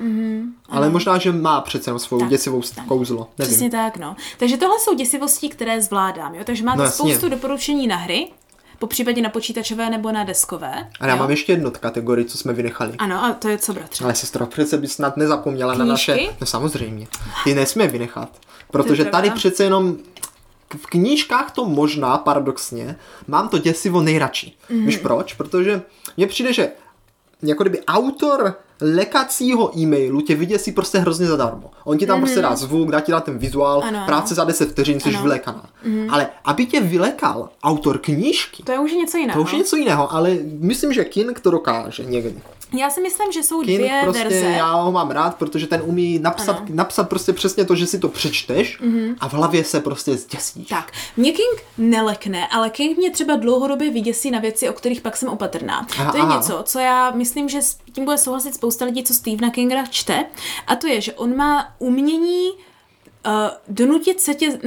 Ale možná, že má přece svou děsivou kouzlo. Nevím. Přesně tak, no. Takže tohle jsou děsivosti, které zvládám, jo. Takže máte spoustu doporučení na hry, po případě na počítačové nebo na deskové. A já mám ještě jednu kategorii, co jsme vynechali. Ano, a to je co, bratře? Ale sestro, přece bys snad nezapomněla knížky? Na naše... No samozřejmě. Ty nesmíme vynechat. Protože tady přece jenom v knížkách to možná, paradoxně, mám to děsivo nejradši. Víš proč? Protože mně přijde, že jako kdyby autor lekacího e-mailu tě vyděsí prostě hrozně zadarmo. On ti tam prostě dá zvuk, dá ti dá ten vizuál, práce za 10 vteřin, jsi vylekaná. Ale aby tě vylekal autor knížky, to je už něco jiného. To už je něco jiného, ale myslím, že King to dokáže někdy. Já si myslím, že jsou King dvě prostě, verze. Já ho mám rád, protože ten umí napsat prostě přesně to, že si to přečteš a v hlavě se prostě zděsíš. Tak, mě King nelekne, ale King mě třeba dlouhodobě vyděsí na věci, o kterých pak jsem opatrná. To je něco, co já myslím, že s tím bude souhlasit spousta lidí, co Stephena Kinga čte, a to je, že on má umění donutit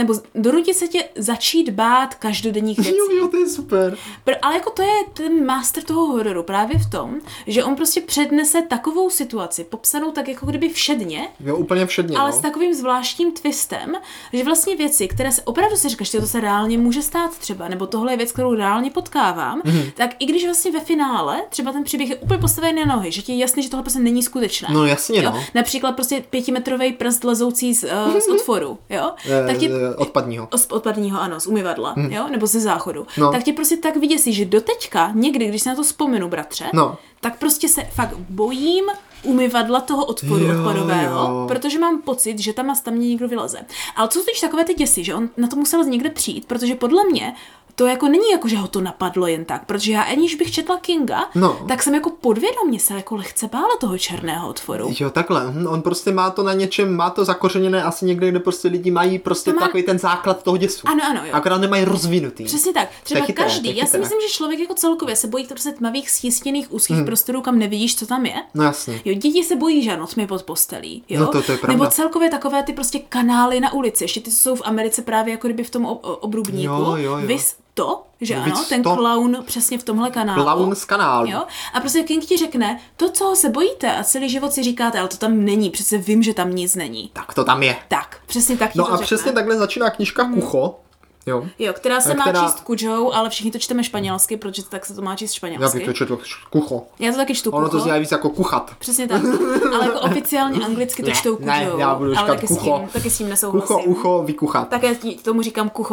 se tě začít bát každodenních věcí. Jo, to je super. Ale jako to je ten master toho hororu právě v tom, že on prostě přednese takovou situaci, popsanou tak jako kdyby všedně. Jo, úplně všedně. Ale s takovým zvláštním twistem, že vlastně věci, které se opravdu si říkáš, že to se reálně může stát třeba, nebo tohle je věc, kterou reálně potkávám, tak i když vlastně ve finále třeba ten příběh je úplně postavený na nohy, že ti je jasný, že tohle prostě není skutečné. No jasně, jo? Například prostě 5metrový prst lezoucí z otvoru, jo? Tak ti, odpadního, ano, z umyvadla, jo? Nebo ze záchodu. No. Tak ti prostě tak vyděsí, že doteďka, někdy, když se na to vzpomenu, bratře, tak prostě se fakt bojím umyvadla toho otvoru odpadového, protože mám pocit, že tam mě někdo vyleze. Ale co jsou takové ty děsy, že on na to musel někde přijít, protože podle mě to jako není jako, že ho to napadlo jen tak, protože já aniž bych četla Kinga, tak jsem jako podvědomě se jako lehce bála toho černého otvoru. Jo, takhle. On prostě má to na něčem, má to zakořeněné asi někde, kde prostě lidi mají prostě takový ten základ toho děsu. Ano, jo. Akorát nemají rozvinutý. Přesně tak. Třeba každý. Já si myslím, že člověk jako celkově se bojí prostě tmavých stísněných úzkých prostorů, kam nevidíš, co tam je. No jasně. Jo, děti se bojí, že ano, tmy pod postelí, jo. No to je pravda. Nebo celkově takové ty prostě kanály na ulici. Ještě ty jsou v Americe právě jako kdyby v tom obrubníku. Jo. To, že ano, ten klaun přesně v tomhle kanálu. Klaun z kanálu. Jo? A prostě King ti řekne, to, co se bojíte a celý život si říkáte, ale to tam není, přece vím, že tam nic není. Tak to tam je. Tak, přesně tak. No a přesně takhle začíná knížka Kucho. Jo, která se má číst Kudžou, ale všichni to čteme španělsky, protože tak se to má číst španělsky. Já bych to četl Kucho. Já to taky čtu Kucho. Ono to zní víc jako kuchat. Přesně tak. Ale jako oficiálně anglicky to čtou Kudžou. Ne, já budu říkat Kucho. Taky s tím nesouhlasím. Kucho, ucho, vykuchat. Tak já tomu říkám Kucho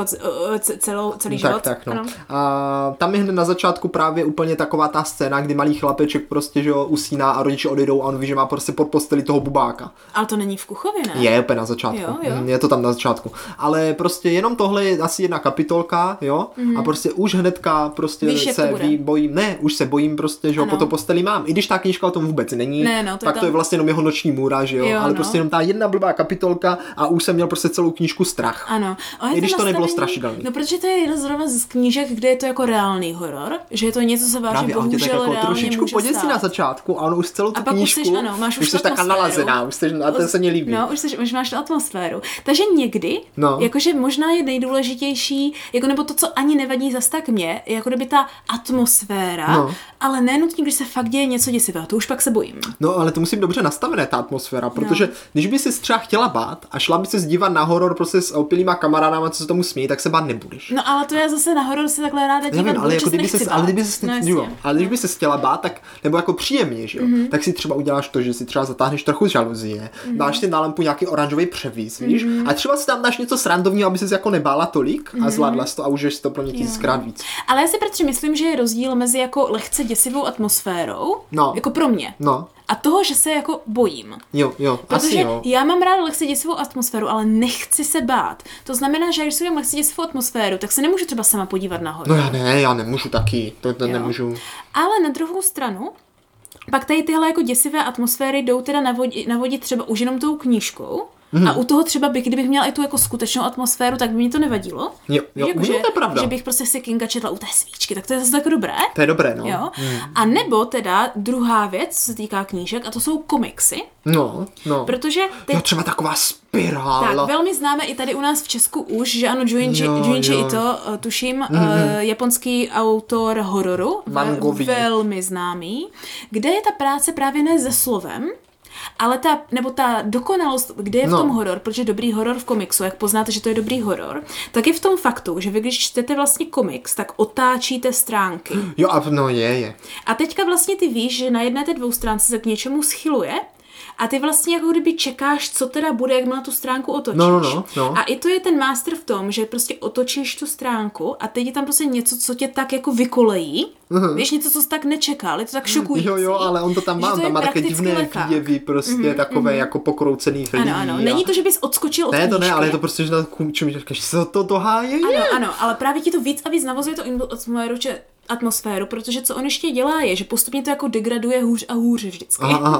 celý život. Tak, no. A tam je hned na začátku právě úplně taková ta scéna, kdy malý chlapeček prostě, že jo, usíná a rodiče odejdou a on ví, že má prostě pod posteli toho bubáka. Ale to není v Kuchově, ne? Je úplně na začátku. Jo. Je to tam na začátku. Ale prostě jenom tohle je asi jedna kapitolka, jo, a prostě už hnedka prostě víš, se bojím, už se bojím prostě, že ho po to posteli mám, i když ta knížka o tom vůbec není, tak to je vlastně jenom jeho noční můra, že jo, ale prostě jenom ta jedna blbá kapitolka a už jsem měl prostě celou knížku strach. Ano. I když to nebylo strašidelný. No protože to je jedna zrovna z knížek, kde je to jako reálný horor, že je to něco, co vážně bohužel jako reálně trošičku může poděsí na začátku a ono už celou tu knížku, už jsi taká nalazená, a ten se mě líbí. No, už máš tu atmosféru. Takže někdy, jakože možná je nejdůležitější, jako nebo to, co ani nevadí zas tak mě, jako kdyby ta atmosféra, ale nenutně, když se fakt děje něco děsivého, to už pak se bojím. No, ale to musí být dobře nastavené, ta atmosféra, protože když by si třeba chtěla bát a šla by se dívat na horor prostě s opilýma kamarádama, co se tomu smějí, tak se bát nebudeš. No, ale to já zase na horor si takhle ráda dívat, nevím, ale jako kdyby se chtěla bát, tak nebo jako příjemně, že jo, tak si třeba uděláš to, že si třeba zatáhneš trochu žaluzie, dáš si na lampu nějaký oranžový převis, víš? A třeba si tam dáš něco srandovního, aby ses jako nebála tolik a zvládla to a užiješ to pro ně 1000krát víc. Ale já si protože myslím, že je rozdíl mezi jako lehce děsivou atmosférou, jako pro mě. A toho, že se jako bojím. Jo, protože asi jo. Já mám ráda lehce děsivou atmosféru, ale nechci se bát. To znamená, že když si mám lehce děsivou atmosféru, tak se nemůžu třeba sama podívat nahoru. No já nemůžu taky, to nemůžu. Ale na druhou stranu, pak tady tyhle jako děsivé atmosféry jdou teda navodit třeba už jenom tou knížkou. A u toho třeba kdybych měla i tu jako skutečnou atmosféru, tak by mi to nevadilo. Jo, jako, to je pravda. Že bych prostě si Kinga četla u té svíčky, tak to je zase tak dobré. To je dobré, no. Jo? A nebo teda druhá věc, co se týká knížek, a to jsou komiksy. No. Protože jo, třeba taková spirála. Tak, velmi známe i tady u nás v Česku už, že ano, Junichi Ito, tuším, japonský autor hororu, velmi známý, kde je ta práce právě ne se slovem, ale ta dokonalost, kde je v tom horor, protože dobrý horor v komiksu, jak poznáte, že to je dobrý horor, tak je v tom faktu, že vy když čtete vlastně komiks, tak otáčíte stránky. Jo, je. A teďka vlastně ty víš, že na jedné té dvoustránce se k něčemu schyluje, a ty vlastně jako kdyby čekáš, co teda bude, jak na tu stránku otočíš. No. A i to je ten master v tom, že prostě otočíš tu stránku a teď je tam prostě něco, co tě tak jako vykolejí. Víš, něco, co jsi tak nečekal, je to tak šokující. Jo, ale on to tam má, tam má také divné výjevy, prostě takové jako pokroucených lidí. Ano, není to, že bys odskočil od knížky. Ne, ale je to prostě, že na čem říkáš, co to háje. Ano, ale právě ti to víc a víc navozuje to atmosféru, protože co on ještě dělá je, že postupně to jako degraduje hůř a hůř vždycky.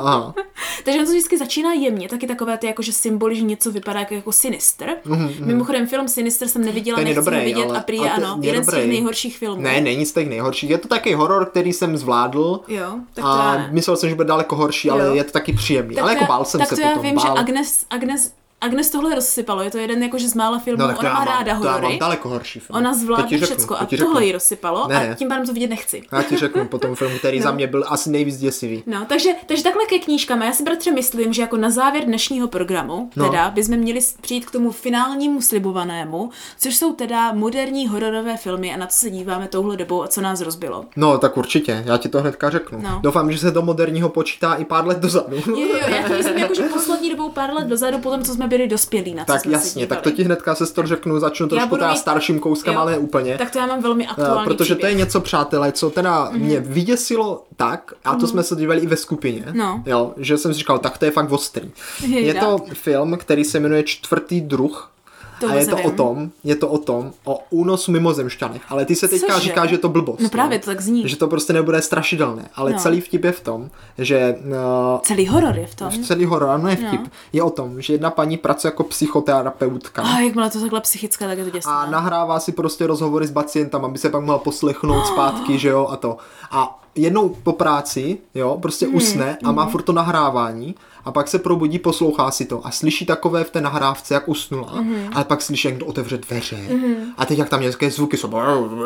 Takže on to vždycky začíná jemně, taky takové ty jakože symboly, že něco vypadá jako Sinister. Mimochodem film Sinister jsem neviděla, nechci ho vidět a prý ano, jeden z těch nejhorších filmů. Ne, není z těch nejhorších, je to taky horor, který jsem zvládl. Jo, tak to a myslel jsem, že bude daleko horší, ale je to taky příjemný. Tak ale jako bál jsem se potom. Tak to já vím, že Agnes tohle rozsypalo, je to jeden jakože z mála filmů, ona má ráda horory. To mám daleko horší film. Ona zvládne všecko a tohle jí rozsypalo a tím pádem to vidět nechci. Já ti řeknu potom film, který za mě byl asi nejvíc děsivý. No, takže takhle ke knížkám. Já si, bratře, myslím, že jako na závěr dnešního programu teda bychom měli přijít k tomu finálnímu slibovanému, což jsou teda moderní hororové filmy a na co se díváme touhle dobou a co nás rozbilo. No, tak určitě, já ti to hnedka řeknu. No. Doufám, že se do moderního počítá i pár let dozadu. Jo, já to myslím jako, že poslední dobou pár let dozadu, potom co jsme byli dospělí, na co tak jsme jasně, si tak to ti hnedka sestro řeknu, začnu trošku teda starším kouskem, ale ne úplně. Tak to já mám velmi aktuální protože příběh. to je něco, přátelé, co teda mě vyděsilo tak, a to jsme se dívali i ve skupině, jo, že jsem si říkal, tak to je fakt ostrý. Je to film, který se jmenuje Čtvrtý druh. A je to o tom, o únosu mimozemšťanech. Ale ty se teďka říká, že je to blbost. No právě, to tak zní. Že to prostě nebude strašidelné. Ale celý vtip je v tom, že... celý horor je v tom. Celý horor, ale ne vtip. Je o tom, že jedna paní pracuje jako psychoterapeutka. A jakmile to takhle psychické, tak je to děsné. A nahrává si prostě rozhovory s pacientem, aby se pak mohla poslechnout zpátky, že jo, a to. A jednou po práci, jo, prostě usne a má furt to nahrávání. A pak se probudí, poslouchá si to a slyší takové v té nahrávce, jak usnula, ale pak slyší, jak to otevře dveře. A teď jak tam nějaké zvuky jsou.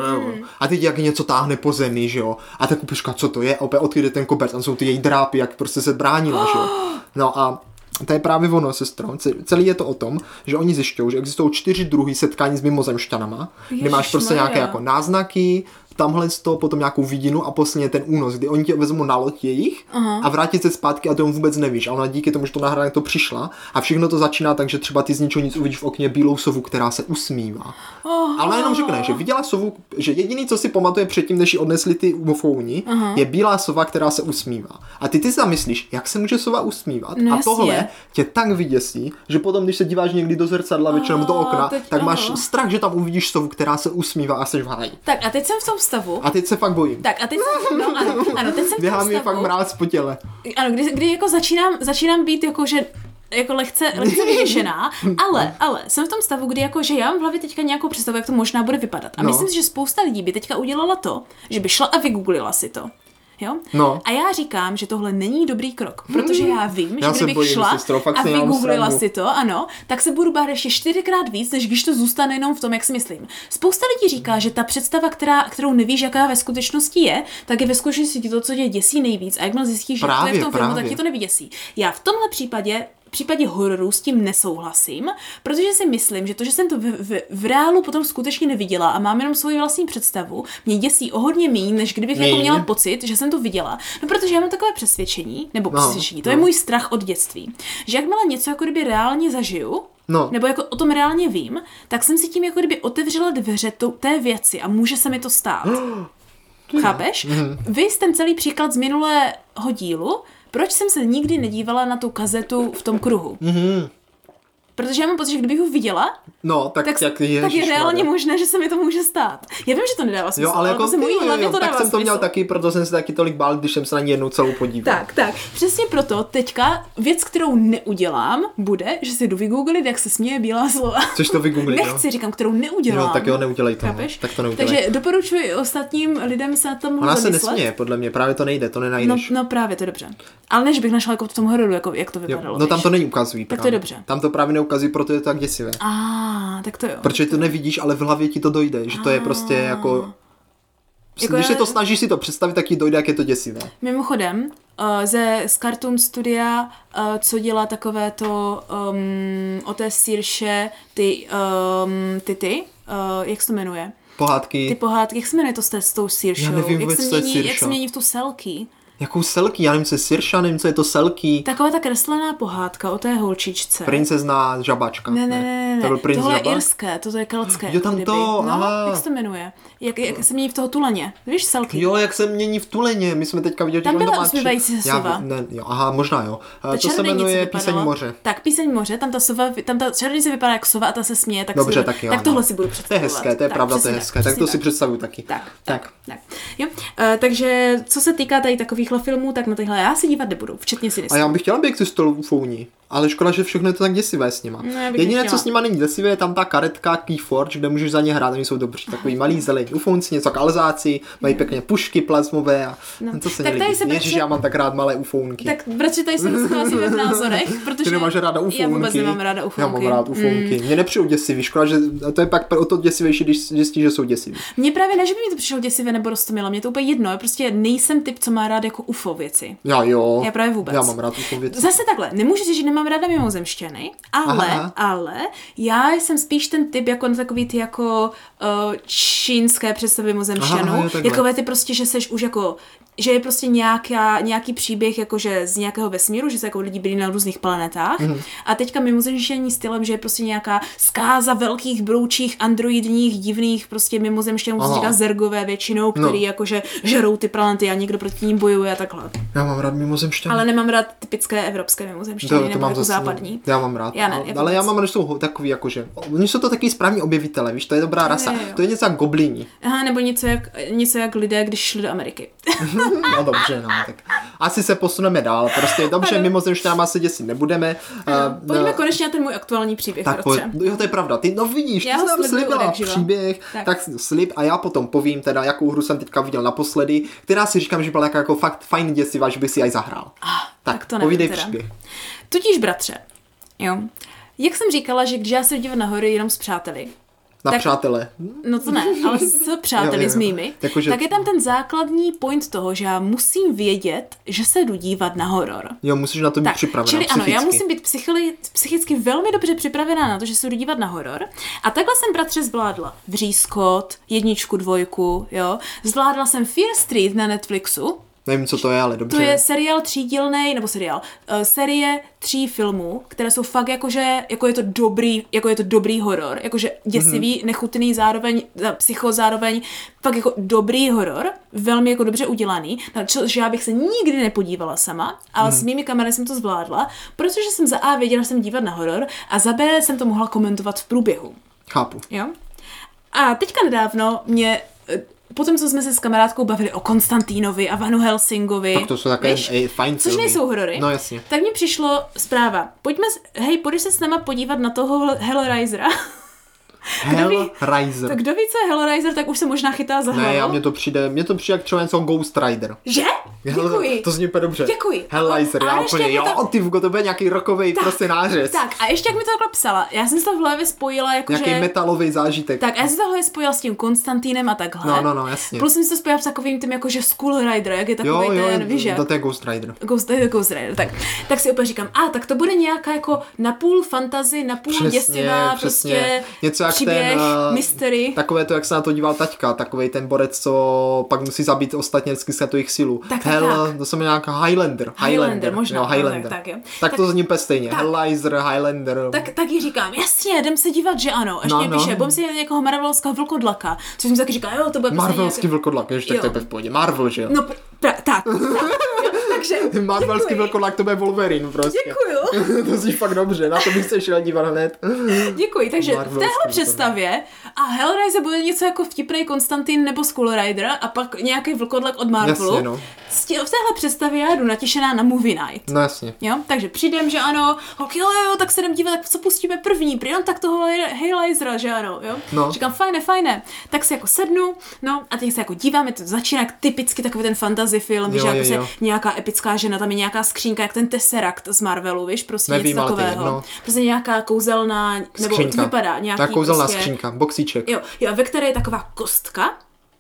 A teď jak něco táhne po zemi, že jo. A tak počká, co to je? A opět odkryje ten koberc, tam jsou ty její drápy, jak prostě se bránila, že jo. No a to je právě ono, sestro. Celý je to o tom, že oni zjišťují, že existují 4 druhy setkání s mimozemšťanama, kde máš prostě nějaké jako náznaky, tamhle to, potom nějakou vidinu a posledně ten únos, kdy oni tě vezmou na loď jejich a vrátí se zpátky a ty vůbec nevíš. A ona díky tomu, že to nahrání to přišla a všechno to začíná tak, že třeba ty z ničeho nic uvidíš v okně bílou sovu, která se usmívá. Ale ona jenom řekne, že viděla sovu, že jediný, co si pamatuje předtím, než ji odnesli ty ufouni, je bílá sova, která se usmívá. A ty si zamyslíš, jak se může sova usmívat? No, a tohle tě tak vyděsí, že potom, když se díváš někdy do zrcadla večer do okna, tak máš strach, že tam uvidíš sovu, která se usmívá a seš v háji. Tak a teď jsem v tom stavu. A teď se fakt bojím. Tak a teď jsem, ano, teď jsem v tom stavu. Mě fakt mráz po těle. Ano, kdy jako začínám být jako, že jako lehce vyděšená, ale jsem v tom stavu, kdy jako, že já mám v hlavě teďka nějakou představu, jak to možná bude vypadat. A myslím si, že spousta lidí by teďka udělala to, že by šla a vygooglila si to. Jo? No. A já říkám, že tohle není dobrý krok, protože já vím, že kdybych šla a vygooglila si to, ano, tak se budu bát ještě 4krát víc, než když to zůstane jenom v tom, jak si myslím. Spousta lidí říká, že ta představa, kterou nevíš, jaká ve skutečnosti je, tak je ve skutečnosti to, co tě děsí nejvíc. A jakmile zjistíš, že to je v tom filmu, tak ti to nevyděsí. Já v tomhle případě hororu s tím nesouhlasím, protože si myslím, že to, že jsem to v reálu potom skutečně neviděla a mám jenom svoji vlastní představu, mě děsí o hodně méně, než kdybych jako měla pocit, že jsem to viděla. No protože já mám takové přesvědčení, to je můj strach od dětství, že jakmile něco jako kdyby reálně zažiju, nebo jako o tom reálně vím, tak jsem si tím jako kdyby otevřela dveře té věci a může se mi to stát. Chápeš? Vy ten celý příklad z minulého dílu, proč jsem se nikdy nedívala na tu kazetu v tom kruhu? Protože já mám pocit, že kdybych ho viděla, tak je reálně možné, že se mi to může stát. Já vím, že to nedává smysl, ale jako, mojí hlavě to dává tak jsem to měl taky, proto jsem se taky tolik bál, když jsem se na ní jednou celou podíval. Tak. Přesně proto teďka věc, kterou neudělám, bude, že si jdu vygooglit, jak se směje bílá slova. Což to vygooglit, Nechci, říkám, kterou neudělám. Jo, tak jo, neudělej to. Tak to neudělej. Takže doporučuji ostatním lidem se na tom Ona se nesměje, podle mě, právě to nejde, to nenajdeš. No právě, to je dobře. Ale než bych našla jako v tom hororu, jako jak to vypadalo. No tam to není ukazují. Tak to je dobře. Tam to právě neukazují, proto je to tak děsivé. Tak to jo. Protože to nevidíš, ale v hlavě ti to dojde, že to je prostě jako když se to snažíš si to představit, tak ti dojde, jak je to děsivé. Mimochodem, z Cartoon Studia, co dělá takové to o té Sirše, jak se to jmenuje? Pohádky. Ty pohádky, jak se jmenuje to s tou Siršou? Já nevím vůbec, co je Sirša. Jak se mění v tu Selky? Jakou Selky? Já nevím, co je Sirša, nevím, co je to Selky. Taková ta kreslená pohádka o té holčičce. Princezna žabačka. Ne. To byl princ tohle žaba? Je irské, to je keltské. Jo, tam to, aha. Jak se to jmenuje? Jak se mění v toho tuleně? Víš, Selky? Jo, jak se mění v tuleně. My jsme teďka viděli, tam byla usmívající se sova. Možná jo. To se jmenuje Píseň moře. Tak, Píseň moře, tam ta čarodějnice vypadá jak sova a ta se směje, tak dobře, tak jo. Tak tohle si budu představovat. To je hezké, to je pravda, to je hezké. Tak to si představuju taky. Tak. Jo. Takže co se týká tady takovýchhle filmů, tak na tyhle já si dívat nebudu, včetně si. A já bych chtěla, aby existovalo ufouní. Ale škoda, že všechno je to tak děsivé s nima. Jediné, co s nima není děsivé, je tam ta karetka Keyforge, kde můžeš za ně hrát, oni jsou dobří. Takový malý zelení ufounci, něco jako alzáci, mají pěkně pušky plazmové a co se nelíbí. Ježiš, já mám tak rád malé ufounky. Tak bratři, tady se scházíme v názorech, protože ty nemáš ráda ufounky. Já vůbec nemám ráda ufounky. Já mám rád ufounky. Mně nepřijou děsivý, škoda, že to je pak o to děsivější, když zjistíš, že jsou děsiví. Mně právě ne, že by mi to přišlo děsivé nebo roztomilé, mě to úplně jedno, prostě nejsem typ, co má rád jako UFO věci. Já právě vůbec. Já mám rád UFO věci. Zase takhle, nemůžu říct, že nemám mám ráda mimozemšťany, ale já jsem spíš ten typ jako na takový ty jako čínské představy mimozemšťanů, jakové ty prostě, že seš už jako že je prostě nějaký příběh jakože z nějakého vesmíru, že se jako lidi byli na různých planetách a teďka mimozemšťaní stylem, že je prostě nějaká zkáza velkých broučích androidních divných prostě mimozemšťanů, co se říká zergové většinou, který jakože žerou ty planety a někdo proti ním bojuje a takhle. Já mám rád mimozemšťany. Ale nemám rád typické evropské mimozemšťany, nebo jako západní. Já mám rád. Ale já mám rád, že jsou takový jakože, oni jsou to taky správní objevitelé, víš, to je dobrá rasa. To je něco jak goblíni. Aha, nebo něco jak lidé, když šli do Ameriky. No dobře, no, tak asi se posuneme dál, prostě dobře, mimozemšťanama se děsit nebudeme. Pojďme konečně na ten můj aktuální příběh. Tak jo, to je pravda, ty no vidíš, ty jsi nám slibila příběh, tak slib a já potom povím teda, jakou hru jsem teďka viděl naposledy, která si říkám, že byla jako fakt fajn děsivá, že by si aj zahrál. Tak to povídej příběh. Tudíž bratře, jo, jak jsem říkala, že když já se dívat na hory jenom s přáteli, přátelé. No to ne, ale s přáteli, s mými. Tak je tam ten základní point toho, že já musím vědět, že se jdu dívat na horor. Jo, musíš na to být připravená. Čili psychicky. Ano, já musím být psychicky velmi dobře připravená na to, že se jdu dívat na horor. A takhle jsem, bratře, zvládla Vřískot, 1, 2, jo. Zvládla jsem Fear Street na Netflixu. Nevím, co to je, ale dobře. To je seriál série 3 filmů, které jsou fakt jakože, jako je to dobrý horor, jakože děsivý, nechutný zároveň, psycho zároveň, fakt jako dobrý horor, velmi jako dobře udělaný, na že já bych se nikdy nepodívala sama, ale s mými kamery jsem to zvládla, protože jsem za A věděla, že jsem dívat na horor a za B jsem to mohla komentovat v průběhu. Chápu. Jo? A teďka nedávno mě potom, co jsme se s kamarádkou bavili o Konstantínovi a Vanu Helsingovi. Tak to jsou také fajn což nejsou horory. No jasně. Tak mi přišlo zpráva. Půjdeš se s náma podívat na toho Hellraisera. Hellraiser. Tak kdo ví, co je Hellraiser, tak už se možná chytá za hlavu. Ne, mně to přijde jak třeba něco Ghost Rider. Že? Děkuji. To zní úplně dobře. Děkuji. Hellraiser, já úplně, to bude nějaký rokovej prostě nářez. Tak, a ještě jak mi to takhle psala, já jsem si to v hlavě spojila jako nějaký metalový zážitek. Tak, a já jsem to v hlavě spojila s tím Konstantínem a takhle. No, jasně. Plus jsem si to spojila s takovým tím jakože Skull Rider, jak je takový ten, víš jak? To je Ghost Rider. Ghost Rider, tak si úplně říkám, tak to bude nějaká jako napůl fantasy, napůl děsivá, prostě něco jak příběh, mystery. Takové to, jak se na to díval taťka, takovej ten borec, co pak musí zabít ostatně vždycky tu jejich sílu. To se jmenuje nějaká Highlander. Možná. Highlander. Tak to zní úplně stejně. Hellraiser, Highlander. Tak jí říkám, jasně, jdem se dívat, že ano. Až mě píše, budem si někoho marvelského vlkodlaka. Což jsem taky říkala, jo, to bude Marvelský vlkodlak, ještě tak to je v pohodě. Marvel, že jo? No, tak. Takže Marvelský vlkodlak, to bude Wolverine prostě. Děkuju. To zní fakt dobře, na to bych se šla dívat hned. Děkuji, takže v téhle představě a Hellraiser bude něco jako vtipnej Konstantin nebo Skull Rider a pak nějaký vlkodlak od Marvelu. Jasně, no. V téhle představě já jdu natěšená na Movie Night. No jasně. Jo, takže přijdem, že ano, holky, jo, tak se jdem dívat, tak co pustíme první, přijdem tak toho Hellraisera, že ano, jo. No. Říkám, fajné. Tak si jako sednu, no a teď se jako díváme, to začíná jak typicky takový ten fantasy film, víš, jako se nějaká epická žena, tam je nějaká skřínka, jak ten Tesseract z Marvelu, víš, prostě nevím, něco takového. No. Prostě nějaká kouzelná, nebo to vypadá nějaký tak kouzelná prostě, skřínka, boxíček. Jo, ve které je taková kostka.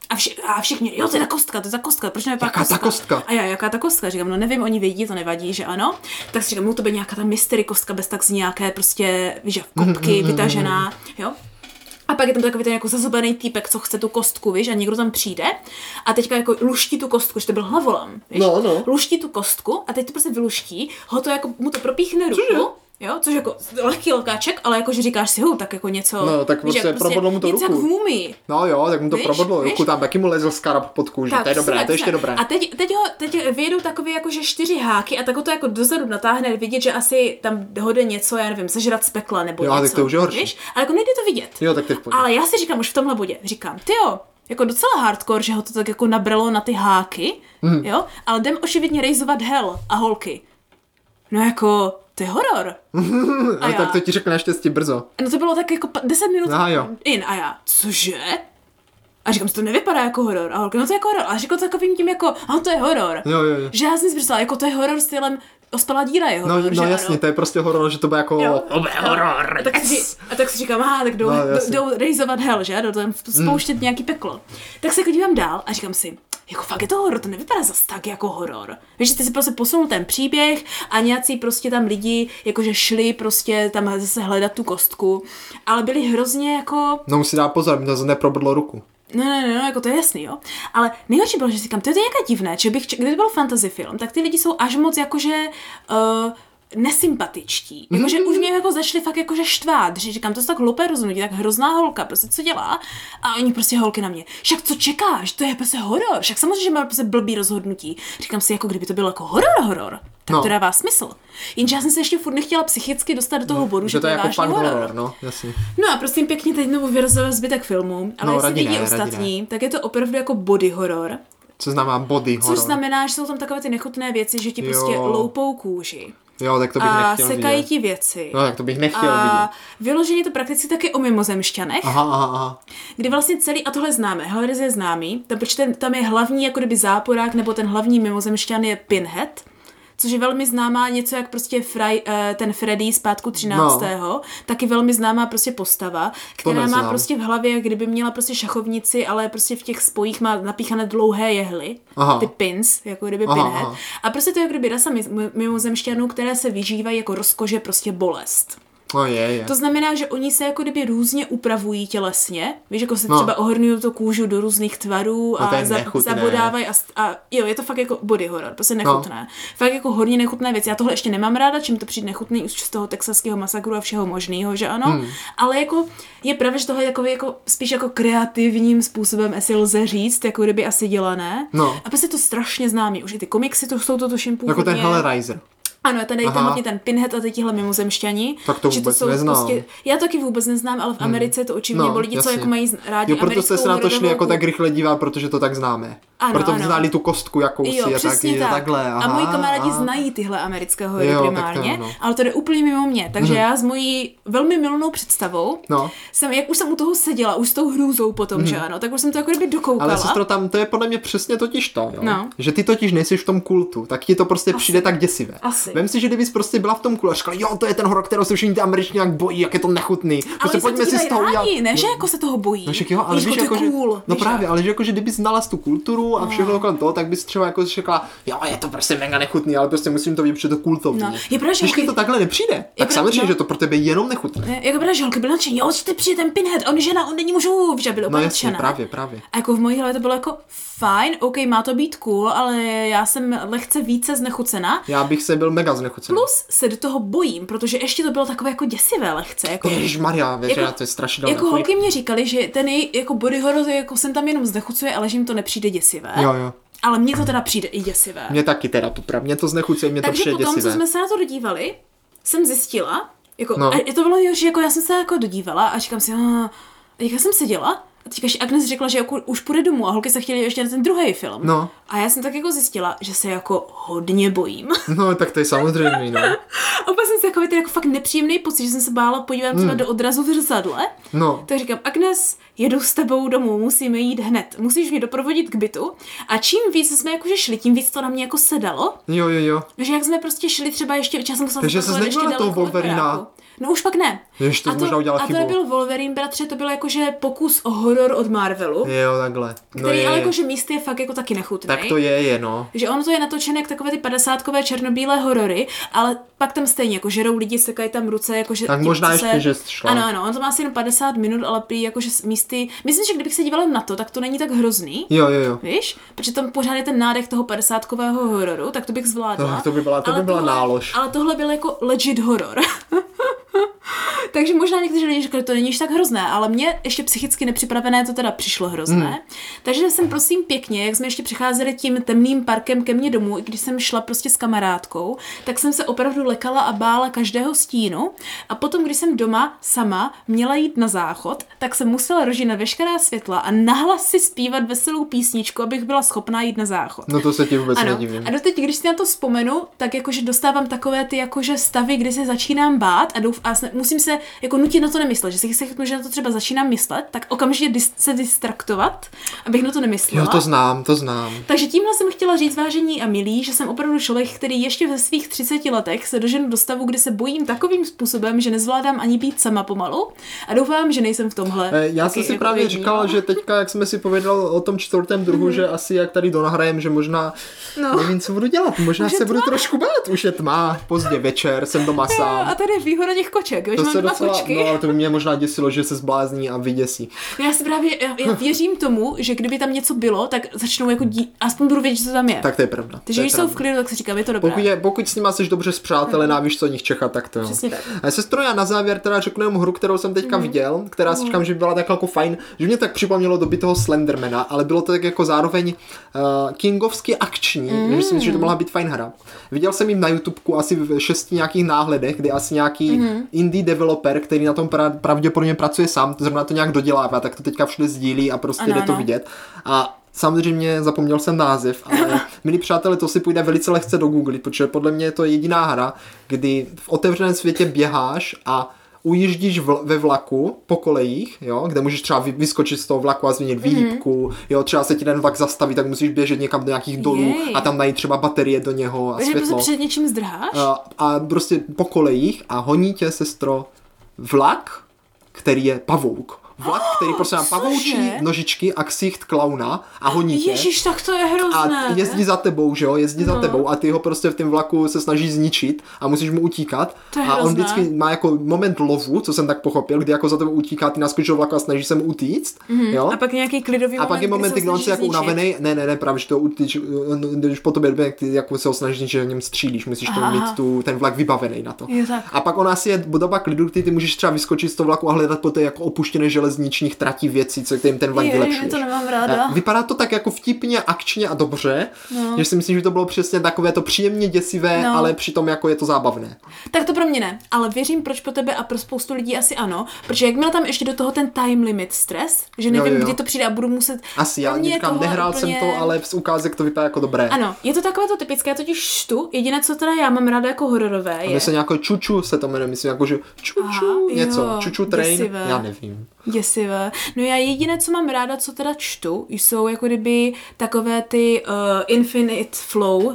A všichni, jo, to je ta kostka, proč nevypadá kostka? Jaká ta kostka? A já, jaká ta kostka? Říkám, no nevím, oni vědí, to nevadí, že ano. Tak si říkám, to bude nějaká ta mystery kostka bez tak z nějaké prostě, víš, kopky vytažená, jo. A pak je tam takový ten jako zazubený týpek, co chce tu kostku, víš, a někdo tam přijde a teďka jako luští tu kostku, že to byl hlavolam, víš. No. Luští tu kostku a teď to prostě vyluští, mu to propíchne ruku. Jo, což jako lehký lekáček, ale jakože říkáš si, tak jako něco. No, tak prostě probodlo mu to ruku. Něco jak v mumii. No jo, tak mu to probodlo ruku, tam taky mu lezl skarab pod kůži, to je dobré, to je ještě dobré. A teď vyjedou takové jakože 4 háky a tak to jako dozadu natáhne, vidět, že asi tam hode něco, já nevím, sežrat z pekla nebo něco. Tak to už je horší. Víš? Ale jako nejde to vidět. Jo, tak teď pojď. Ale já si říkám už v tomhle bodě, jako docela hardcore, že ho to tak jako nabralo na ty háky, jo, ale jdem očividně rejzovat hell a holky. No jako, to je horor. A tak to ti řekne naštěstí brzo. No to bylo tak jako 10 minut in a já, cože? A říkám, že to nevypadá jako horor. A holky, no to je jako horor. A řekl to takovým tím jako, to je horor. Jo. Že já jsem si představila, jako to je horor stylem Ospalá díra je horor. No jasně, to je prostě horor, že to bude jako horor. A tak si říkám, tak jdou rejzovat hell, že? Jdou tam spouštět nějaký peklo. Tak se jako dívám dál a říkám si, jako fakt je to horor, to nevypadá zas tak jako horor. Víš, že ty si prostě posunul ten příběh a nějací prostě tam lidi jakože šli prostě tam zase hledat tu kostku, ale byli hrozně jako... No musí dát pozor, mi to neprobodlo ruku. No, jako to je jasný, jo. Ale nejhorší bylo, že si říkám, to je nějaká divné, kdyby byl fantasy film, tak ty lidi jsou až moc jakože... nesympatičtí. Jakože už mě jako začali fakt jakože štvát. Že říkám, to je tak hloupé rozhodnutí, tak hrozná holka, prostě co dělá? A oni prostě holky na mě. Však co čekáš? To je prostě horor. Však samozřejmě, že má prostě blbý rozhodnutí. Říkám si, jako kdyby to bylo jako horor. Tak to dává smysl. Jenže já jsem se ještě furt nechtěla psychicky dostat do toho bodu, že to je jako vážný horor. No, jasně. No a prosím pěkně, teď znovu vyrazila zbytek filmu, ale jestli vidí ostatní, tak je to opravdu jako body horor. Co znamená body horor? Což znamená, že jsou tam takové ty nechutné věci, že ti prostě loupou kůži. Jo, tak to bych nechtěl vidět. A sekají ti věci. No, tak to bych nechtěl vidět. A vyložení to prakticky taky o mimozemšťanech. Aha. Kdy vlastně celý, a tohle známe, Hellraiser je známý, protože tam je hlavní jako kdyby záporák, nebo ten hlavní mimozemšťan je Pinhead, což je velmi známá něco jak prostě ten Freddy z Pátku 13. Taky velmi známá prostě postava, která má prostě v hlavě, jak kdyby měla prostě šachovnici, ale prostě v těch spojích má napíchané dlouhé jehly, ty pins, jako kdyby Pinhead. A prostě to je jako kdyby rasa mimozemšťanů, které se vyžívají jako rozkože prostě bolest. Je. To znamená, že oni se jako kdyby různě upravují tělesně, víš, jako se třeba ohrnují tu kůžu do různých tvarů a zabodávají a jo, je to fakt jako body horror, prostě nechutné. Fakt jako hodně nechutné věci. Já tohle ještě nemám ráda, čím to přijde nechutný už z toho texaského masakru a všeho možného, že ano, ale jako je pravda, že tohle je jako spíš jako kreativním způsobem asi lze říct, jako kdyby asi dělané. A prostě to strašně známý, už i ty komiksy to jsou to tuším původně. Jako ten Hellraiser. Ano, tady ten hlavně ten Pinhead a tihle mimozemšťani. Tak to vůbec neznám. Prostě, já taky vůbec neznám, ale v Americe to určitě nebo lidi, co jako mají rádi americkou proto jste se na to šli jako tak rychle dívat, protože to tak známe. Proto znali tu kostku jakousi a takhle. A moji kamarádi znají tyhle americké horory primárně, ale to jde úplně mimo mě. Takže já s mojí velmi milnou představou jsem, jak už jsem u toho seděla, už s tou hrůzou potom, že ano, tak už jsem to jako kdyby dokoukala. Ale sestro, tam to je podle mě přesně totiž to, jo? Že ty totiž nejsi v tom kultu, tak ti to prostě přijde tak děsivé. Vem si, že kdybys prostě byla v tom kulu a říkala, jo, to je ten horor, kterého se všichni ty Američané jak bojí, jak je to nechutný. Prostě ale pojďme si z toho udělat. Ne, že jako se toho bojí. No, jo, ale víš, jako, cool, no právě, ale že jako, že kdybys znala tu kulturu a všechno kolem toho, tak bys třeba jako řekla, jo, je to prostě mega nechutný, ale prostě musím to vidět, protože to kultovní. Když ti to takhle nepřijde, tak samozřejmě, že to pro tebe je jenom nechutné. Jako právě, že holky byly nadšený, jo, ty přijde ten Pinhead, on žena, on není mužů, že byly úplně nadšené. Právě. A jako v mojí hlavě to bylo jako fajn, OK, má to být cool, ale já jsem lehce více znechucená. Já bych se byl mega znechucený. Plus se do toho bojím, protože ještě to bylo takové jako děsivé lehce. Jako, Ježišmarja, věřila, to je strašně jako holky mě říkali, že ten jako body horror jako jsem tam jenom znechucuje, ale že jim to nepřijde děsivé. Jo. Ale mně to teda přijde i děsivé. Mně taky teda, mě to znechucuje, mě to přijde děsivé. Takže potom, co jsme se na to dodívali, jsem zjistila, jako, a to bylo že jako já jsem se jako dodívala a říkám si, a jak jsem seděla, a teďka Agnes řekla, že jako už půjde domů a holky se chtěly ještě na ten druhý film. A já jsem tak jako zjistila, že se jako hodně bojím. No, tak to je samozřejmě, no. Opak jsem si takový ten jako fakt nepříjemný pocit, že jsem se bála podívat třeba do odrazu v zrcadle. Tak říkám, Agnes, jedu s tebou domů, musíme jít hned. Musíš mě doprovodit k bytu. A čím víc jsme jakože šli, tím víc to na mě jako sedalo. Jo. Že jak jsme prostě šli třeba ještě, já jsem musela takže se nedělala toho Wolverina. No už pak ne. Ještě to možná chybu. A to byl Wolverine, bratře, to byl jakože pokus o horor od Marvelu. Jo, takhle. No který ale jakože místy je fakt jako taky nechutný. Tak to je, no. Že ono to je natočené jak takové ty 50kové černobílé horory, ale pak tam stejně jako žerou lidi, sekají tam ruce, jakože tak možná ještě, že šla. Ano, on to má asi jen 50 minut, ale prý jakože místy, myslím, že kdybych se dívala na to, tak to není tak hrozný. Jo. Víš? Protože tam pořád je ten nádech toho 50kového hororu, tak to bych zvládla. To by byla nálož. Ale tohle byl jako legit horor. Takže možná někteří lidi říkali, že to není tak hrozné, ale mně ještě psychicky nepřipravené to teda přišlo hrozné. Takže jsem prosím pěkně, jak jsme ještě přicházeli tím temným parkem ke mně domů, i když jsem šla prostě s kamarádkou, tak jsem se opravdu lekala a bála každého stínu. A potom, když jsem doma sama měla jít na záchod, tak jsem musela rozžínat veškerá světla a nahlas si zpívat veselou písničku, abych byla schopná jít na záchod. No to se ti vůbec nedivím. A doteď, když si na to vzpomenu, tak jakože dostávám takové ty jakože stavy, kdy se začínám bát a musím se jako nutit na to nemyslet, že si řeknu, že na to třeba začínám myslet, tak okamžitě se distraktovat, abych na to nemyslela. Jo, to znám. Takže tímhle jsem chtěla říct, vážení a milí, že jsem opravdu člověk, který ještě ve svých 30 letech se doženu do stavu, kdy se bojím takovým způsobem, že nezvládám ani být sama pomalu a doufám, že nejsem v tomhle. Já jsem si právě říkala, že teďka, jak jsme si pověděl o tom 4. druhu, že asi jak tady donahrajem, že možná nevím, co budu dělat, možná se budu trošku bát, už je tma, pozdě večer, jsem doma sám. A tady je výhoda těch koček, že mám 2 kočky. No, ale to by mě možná děsilo, že se zblázní a vyděsí. Já věřím tomu, že kdyby tam něco bylo, tak začnou jako aspoň budu vědět, co tam je. Tak to je pravda. Takže když jsou v klidu, tak si říkám, je to dobré. Pokud s nima jsi dobře spřátelená, víš, co o nich čekat, tak to jo. Přesně tak. A sestro, já na závěr teda řeknu jenom hru, kterou jsem teďka viděl, která si říkám, že byla tak jako fajn, že mě tak připomnělo doby toho Slendermana, ale bylo to tak jako zároveň kingovsky akční, že si myslím, že to mohla být fajn hra. Viděl jsem jim na YouTubeku asi v 6 nějakých náhledech, kdy asi nějaký indie developer, který na tom pravděpodobně pracuje sám, zrovna to nějak dodělává, tak to teďka všude sdílí a prostě jde to vidět. A samozřejmě zapomněl jsem název, ale milí přátelé, to si půjde velice lehce do Google, protože podle mě je to jediná hra, kdy v otevřeném světě běháš a ujíždíš ve vlaku po kolejích, jo, kde můžeš třeba vyskočit z toho vlaku a změnit výhybku, jo, třeba se ti ten vlak zastaví, tak musíš běžet někam do nějakých dolů a tam najít třeba baterie do něho a světlo. Prostě před něčím zdrháš? A prostě po kolejích a honí tě, sestro, vlak, který je pavouk. Vlak, který prostě má pavoučí nožičky a ksicht klauna a honí tě. Ježiš, tak to je hrozné. A jezdí za tebou, že jo, za tebou a ty ho prostě v tom vlaku se snaží zničit a musíš mu utíkat. A on vždycky má jako moment lovu, co jsem tak pochopil, kdy jako za tebou utíká, ty naskočíš do vlaku a snaží se mu utíct. Jo? A pak nějaký klidový moment, a pak je moment, kdy on se jako unavený, ne, právě, že to když po tobě jde, ty jako se ho snažíš, že v něm střílíš, musíš to mít ten vlak vybavený na to. A pak on asi je doba klidu, kdy ty můžeš třeba vyskočit z toho vlaku a hledat po té jako opuštěné železničních tratí věcí, co kterým ten vlak vylepšuješ. To nemám ráda. Vypadá to tak jako vtipně, akčně a dobře, že si myslím, že to bylo přesně takové to příjemně děsivé, ale přitom jako je to zábavné. Tak to pro mě ne, ale věřím, proč pro tebe a pro spoustu lidí asi ano, protože jakmile tam ještě do toho ten time limit stres, že nevím, kdy to přijde a budu muset. Asi já říkám, nehrál jsem to, ale z ukázek to vypadá jako dobré. Ano, je to takové to typické, totiž čtu, jediné, co teda já mám ráda jako hororové je. A se nějakou čuču se to jmenuje, myslím, jako že čuču, něco, čuču train, děsivé. Já nevím. Děsivé. No já jediné, co mám ráda, co teda čtu, jsou jako kdyby takové ty Infinite Flow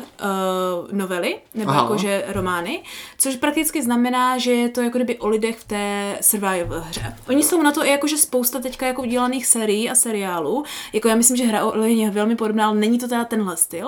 novely, nebo jakože romány, což prakticky znamená, že je to jako kdyby o lidech v té survival hře. Oni jsou na to i jakože spousta teďka jako udělaných sérií a seriálů, jako já myslím, že hra o lidech je velmi podobná, ale není to teda tenhle styl.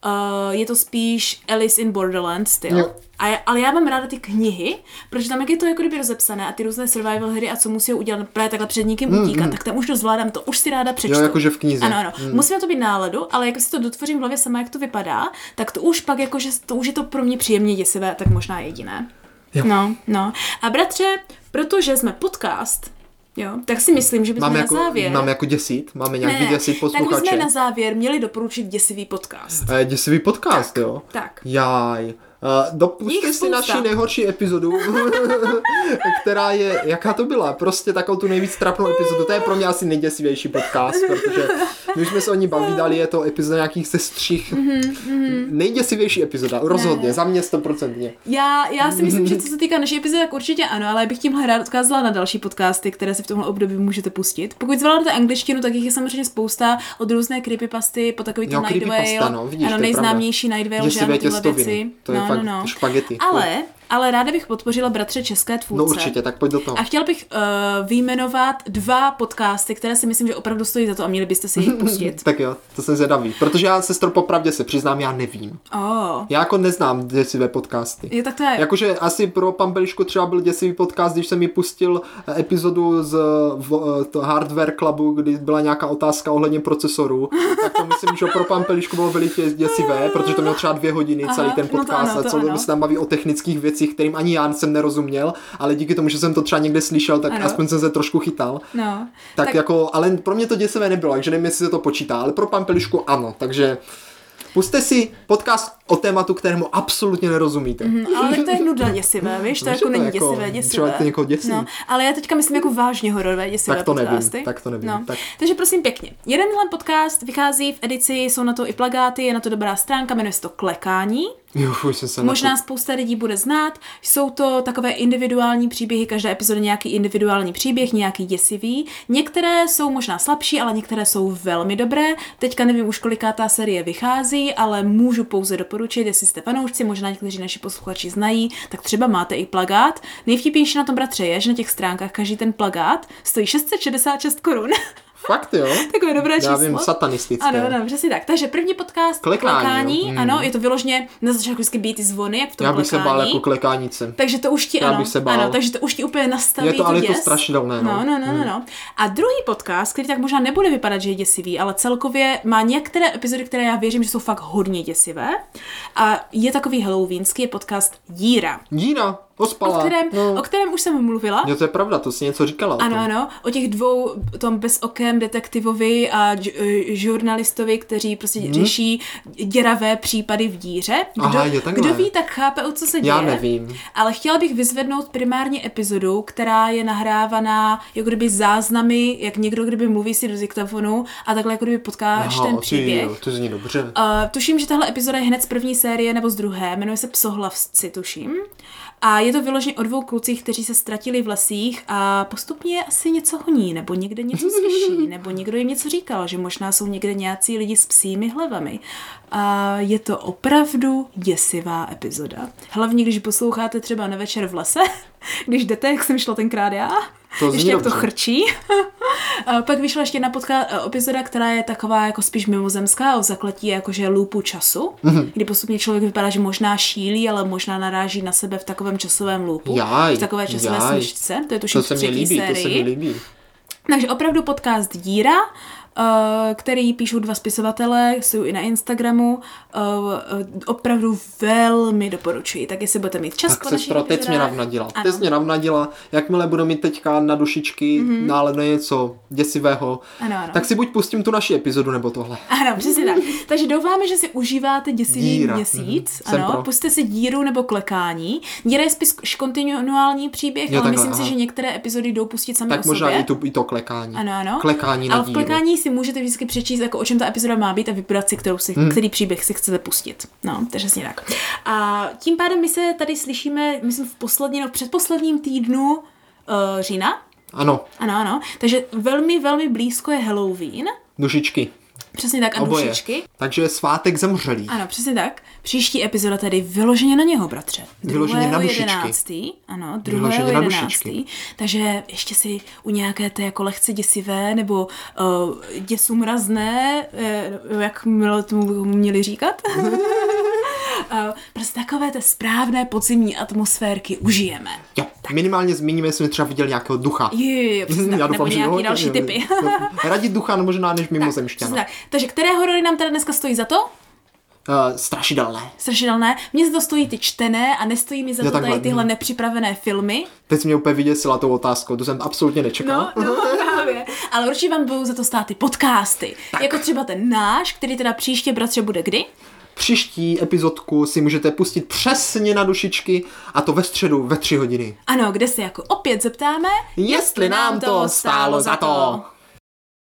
Je to spíš Alice in Borderland styl. Jo. Ale já mám ráda ty knihy, protože tam jak je to jako kdyby rozepsané a ty různé survival hry a co musí udělat právě takhle před někým utíkat, tak tam už to zvládám, to už si ráda přečtu. Jo, jakože v knize. Ano. Musí na to být náladu, ale jak si to dotvořím v hlavě sama, jak to vypadá, tak to už pak jakože to už je to pro mě příjemně děsivé, tak možná jediné. Jo. No. A bratře, protože jsme podcast, jo, tak si myslím, že bychom na závěr... Máme jako děsit? Máme nějak vyděsit posluchače? Tak bychom na závěr měli doporučit děsivý podcast. Děsivý podcast, tak, jo? Tak. Jaj. Dopuste si naši nejhorší epizodu, která je, jaká to byla? Prostě takovou tu nejvíc trapnou epizodu. To je pro mě asi nejděsivější podcast, protože my jsme se o ní bavili, je to epizoda nějakých sestřích. Nejděsivější epizoda, rozhodně, za mě 100%. Já si myslím, že co se týká naší epizody, tak určitě ano, ale bych tímhle rád odkázala na další podcasty, které si v tomhle období můžete pustit. Pokud zvládáte angličtinu, tak jich je samozřejmě spousta, od různé creepypasty po takový ten Night Vale. No, vidíš, ano, nejznámější Night Vale, že ano, tyhle věci. Fakt špagety. Ale ráda bych podpořila bratře české tvůrce. No určitě, tak pojď do toho. A chtěla bych vyjmenovat 2 podcasty, které si myslím, že opravdu stojí za to a měli byste si jich pustit. Tak jo, to jsem zvědavý. Protože já, sestro, popravdě se přiznám, já nevím. Já jako neznám děsivé podcasty. Je, tak to je. Jakože asi pro Pampelišku třeba byl děsivý podcast, když jsem mi pustil epizodu z Hardware Clubu, kdy byla nějaká otázka ohledně procesoru, tak to myslím, že pro Pampelišku bylo velice děsivé, protože to mělo třeba 2 hodiny celý ten podcast, no to ano. Se tam baví o technických věcích, kterým ani já jsem nerozuměl, ale díky tomu, že jsem to třeba někde slyšel, tak aspoň jsem se trošku chytal. No. Tak jako, ale pro mě to děsivé nebylo, takže nevím, jestli se to počítá, ale pro Pampelišku ano, takže Pusťte si podcast o tématu, kterému absolutně nerozumíte. Ale tak to je nuda děsivé, víš, to jako není děsivé. Třeba to někoho děsí. No, ale já teďka myslím jako vážně hororové děsivé podcasty. Tak to nevím. No. Takže prosím pěkně, jedenhle podcast vychází v edici, jsou na to i plakáty, je na to dobrá stránka, jmenuje se to Klekání. Možná spousta lidí bude znát. Jsou to takové individuální příběhy, každá epizoda nějaký individuální příběh, nějaký děsivý. Některé jsou možná slabší, ale některé jsou velmi dobré. Teďka nevím už, koliká ta série vychází, ale můžu pouze doporučit, jestli jste fanoušci, možná někteří naši posluchači znají, tak třeba máte i plakát. Nejvtipnější na tom, bratře, je, že na těch stránkách každý ten plakát stojí 666 korun. Fakt jo? Takové dobré číslo. Já vím, satanistické. Ano, přesně tak. Takže první podcast Klekání. Ano, je to vyloženě na začátku vždycky být ty zvony, jak v tom Klekání. Já bych se bál jako klekánice. Takže to už ti, ano, takže to už ti úplně nastaví. Je to, ale je to strašidelné. No. A druhý podcast, který tak možná nebude vypadat, že je děsivý, ale celkově má některé epizody, které já věřím, že jsou fakt hodně děsivé. A je takový halloweenský, je podcast Díra. O kterém už jsem mluvila. Jo, to je pravda, to si něco říkala. Ano, o těch dvou, tom bezokém detektivovi a žurnalistovi, kteří prostě řeší děravé případy v díře. Kdo ví, tak chápe, o co se děje. Já nevím. Ale chtěla bych vyzvednout primárně epizodu, která je nahrávaná jako kdyby záznamy, jak někdo kdyby mluví si do diktafonu a takhle jako kdyby potkáš ten příběh. To zní dobře. Tuším, že tahle epizoda je hned z první série nebo z druhé, jmenuje se Psohlavci, tuším. A je to vyloženě o dvou klucích, kteří se ztratili v lesích a postupně asi něco honí, nebo někde něco slyší, nebo někdo jim něco říkal, že možná jsou někde nějací lidi s psími hlavami. A je to opravdu děsivá epizoda. Hlavně, když posloucháte třeba na večer v lese, když jdete, jak jsem šla tenkrát já, ještě jak to chrčí. Pak vyšla ještě na epizoda, která je taková jako spíš mimozemská, o zakletí jakože loopu času, kdy postupně člověk vypadá, že možná šílí, ale možná naráží na sebe v takovém časovém loopu. V takové časové smyčce. To je tuším v třetí sérii. To se mi líbí. Takže opravdu podcast Díra, který píšou dva spisovatelé, jsou i na Instagramu, opravdu velmi doporučuji. Tak jestli budete mít čas. Tak sestro, teď mě navnadila. Jakmile budu mít teďka na dušičky náladu něco děsivého, tak si buď pustím tu naši epizodu, nebo tohle. Ano, přesně tak. Takže doufáme, že si užíváte děsivý měsíc. Ano, pusťte si Díru nebo Klekání. Díra je spíš kontinuální příběh, ale myslím si, že některé epizody jdou pustit sami o sobě. Tak možná i to Klekání. Ano. Klekání na Díru. Si můžete vždycky přečíst, jako o čem ta epizoda má být a vybrat si, který příběh si chcete pustit. No, takže přesně tak. A tím pádem my se tady slyšíme, myslím, v předposledním týdnu října. Ano. Takže velmi, velmi blízko je Halloween. Dušičky. Přesně tak, a dušičky. Takže svátek zemřelých. Ano, přesně tak. Příští epizoda tady vyloženě na něho, bratře. Vyloženě na dušičky. Ano, 2.11. Takže ještě si u nějaké té jako lehce děsivé nebo děsu mrazné, jak tomu měli říkat, prostě takové té správné podzimní atmosférky užijeme. Jo, minimálně zmíníme, jestli jsme třeba viděli nějakého ducha. Jo, přesně tak, nebo nějaký další typy. Radit ducha možná než mimozemšťana. Takže které horory nám teda dneska stojí za to? Strašidelné. Mně za to stojí ty čtené a nestojí mi za to tady tyhle nepřipravené filmy. Teď jsi mě úplně vyděsila tou otázkou, to jsem absolutně nečekal. No, právě. Ale určitě vám budou za to stát ty podcasty. Tak. Jako třeba ten náš, který teda příště, bratře, bude kdy? Příští epizodku si můžete pustit přesně na dušičky a to ve středu ve 3 hodiny. Ano, kde se jako opět zeptáme, jestli nám to stálo za to.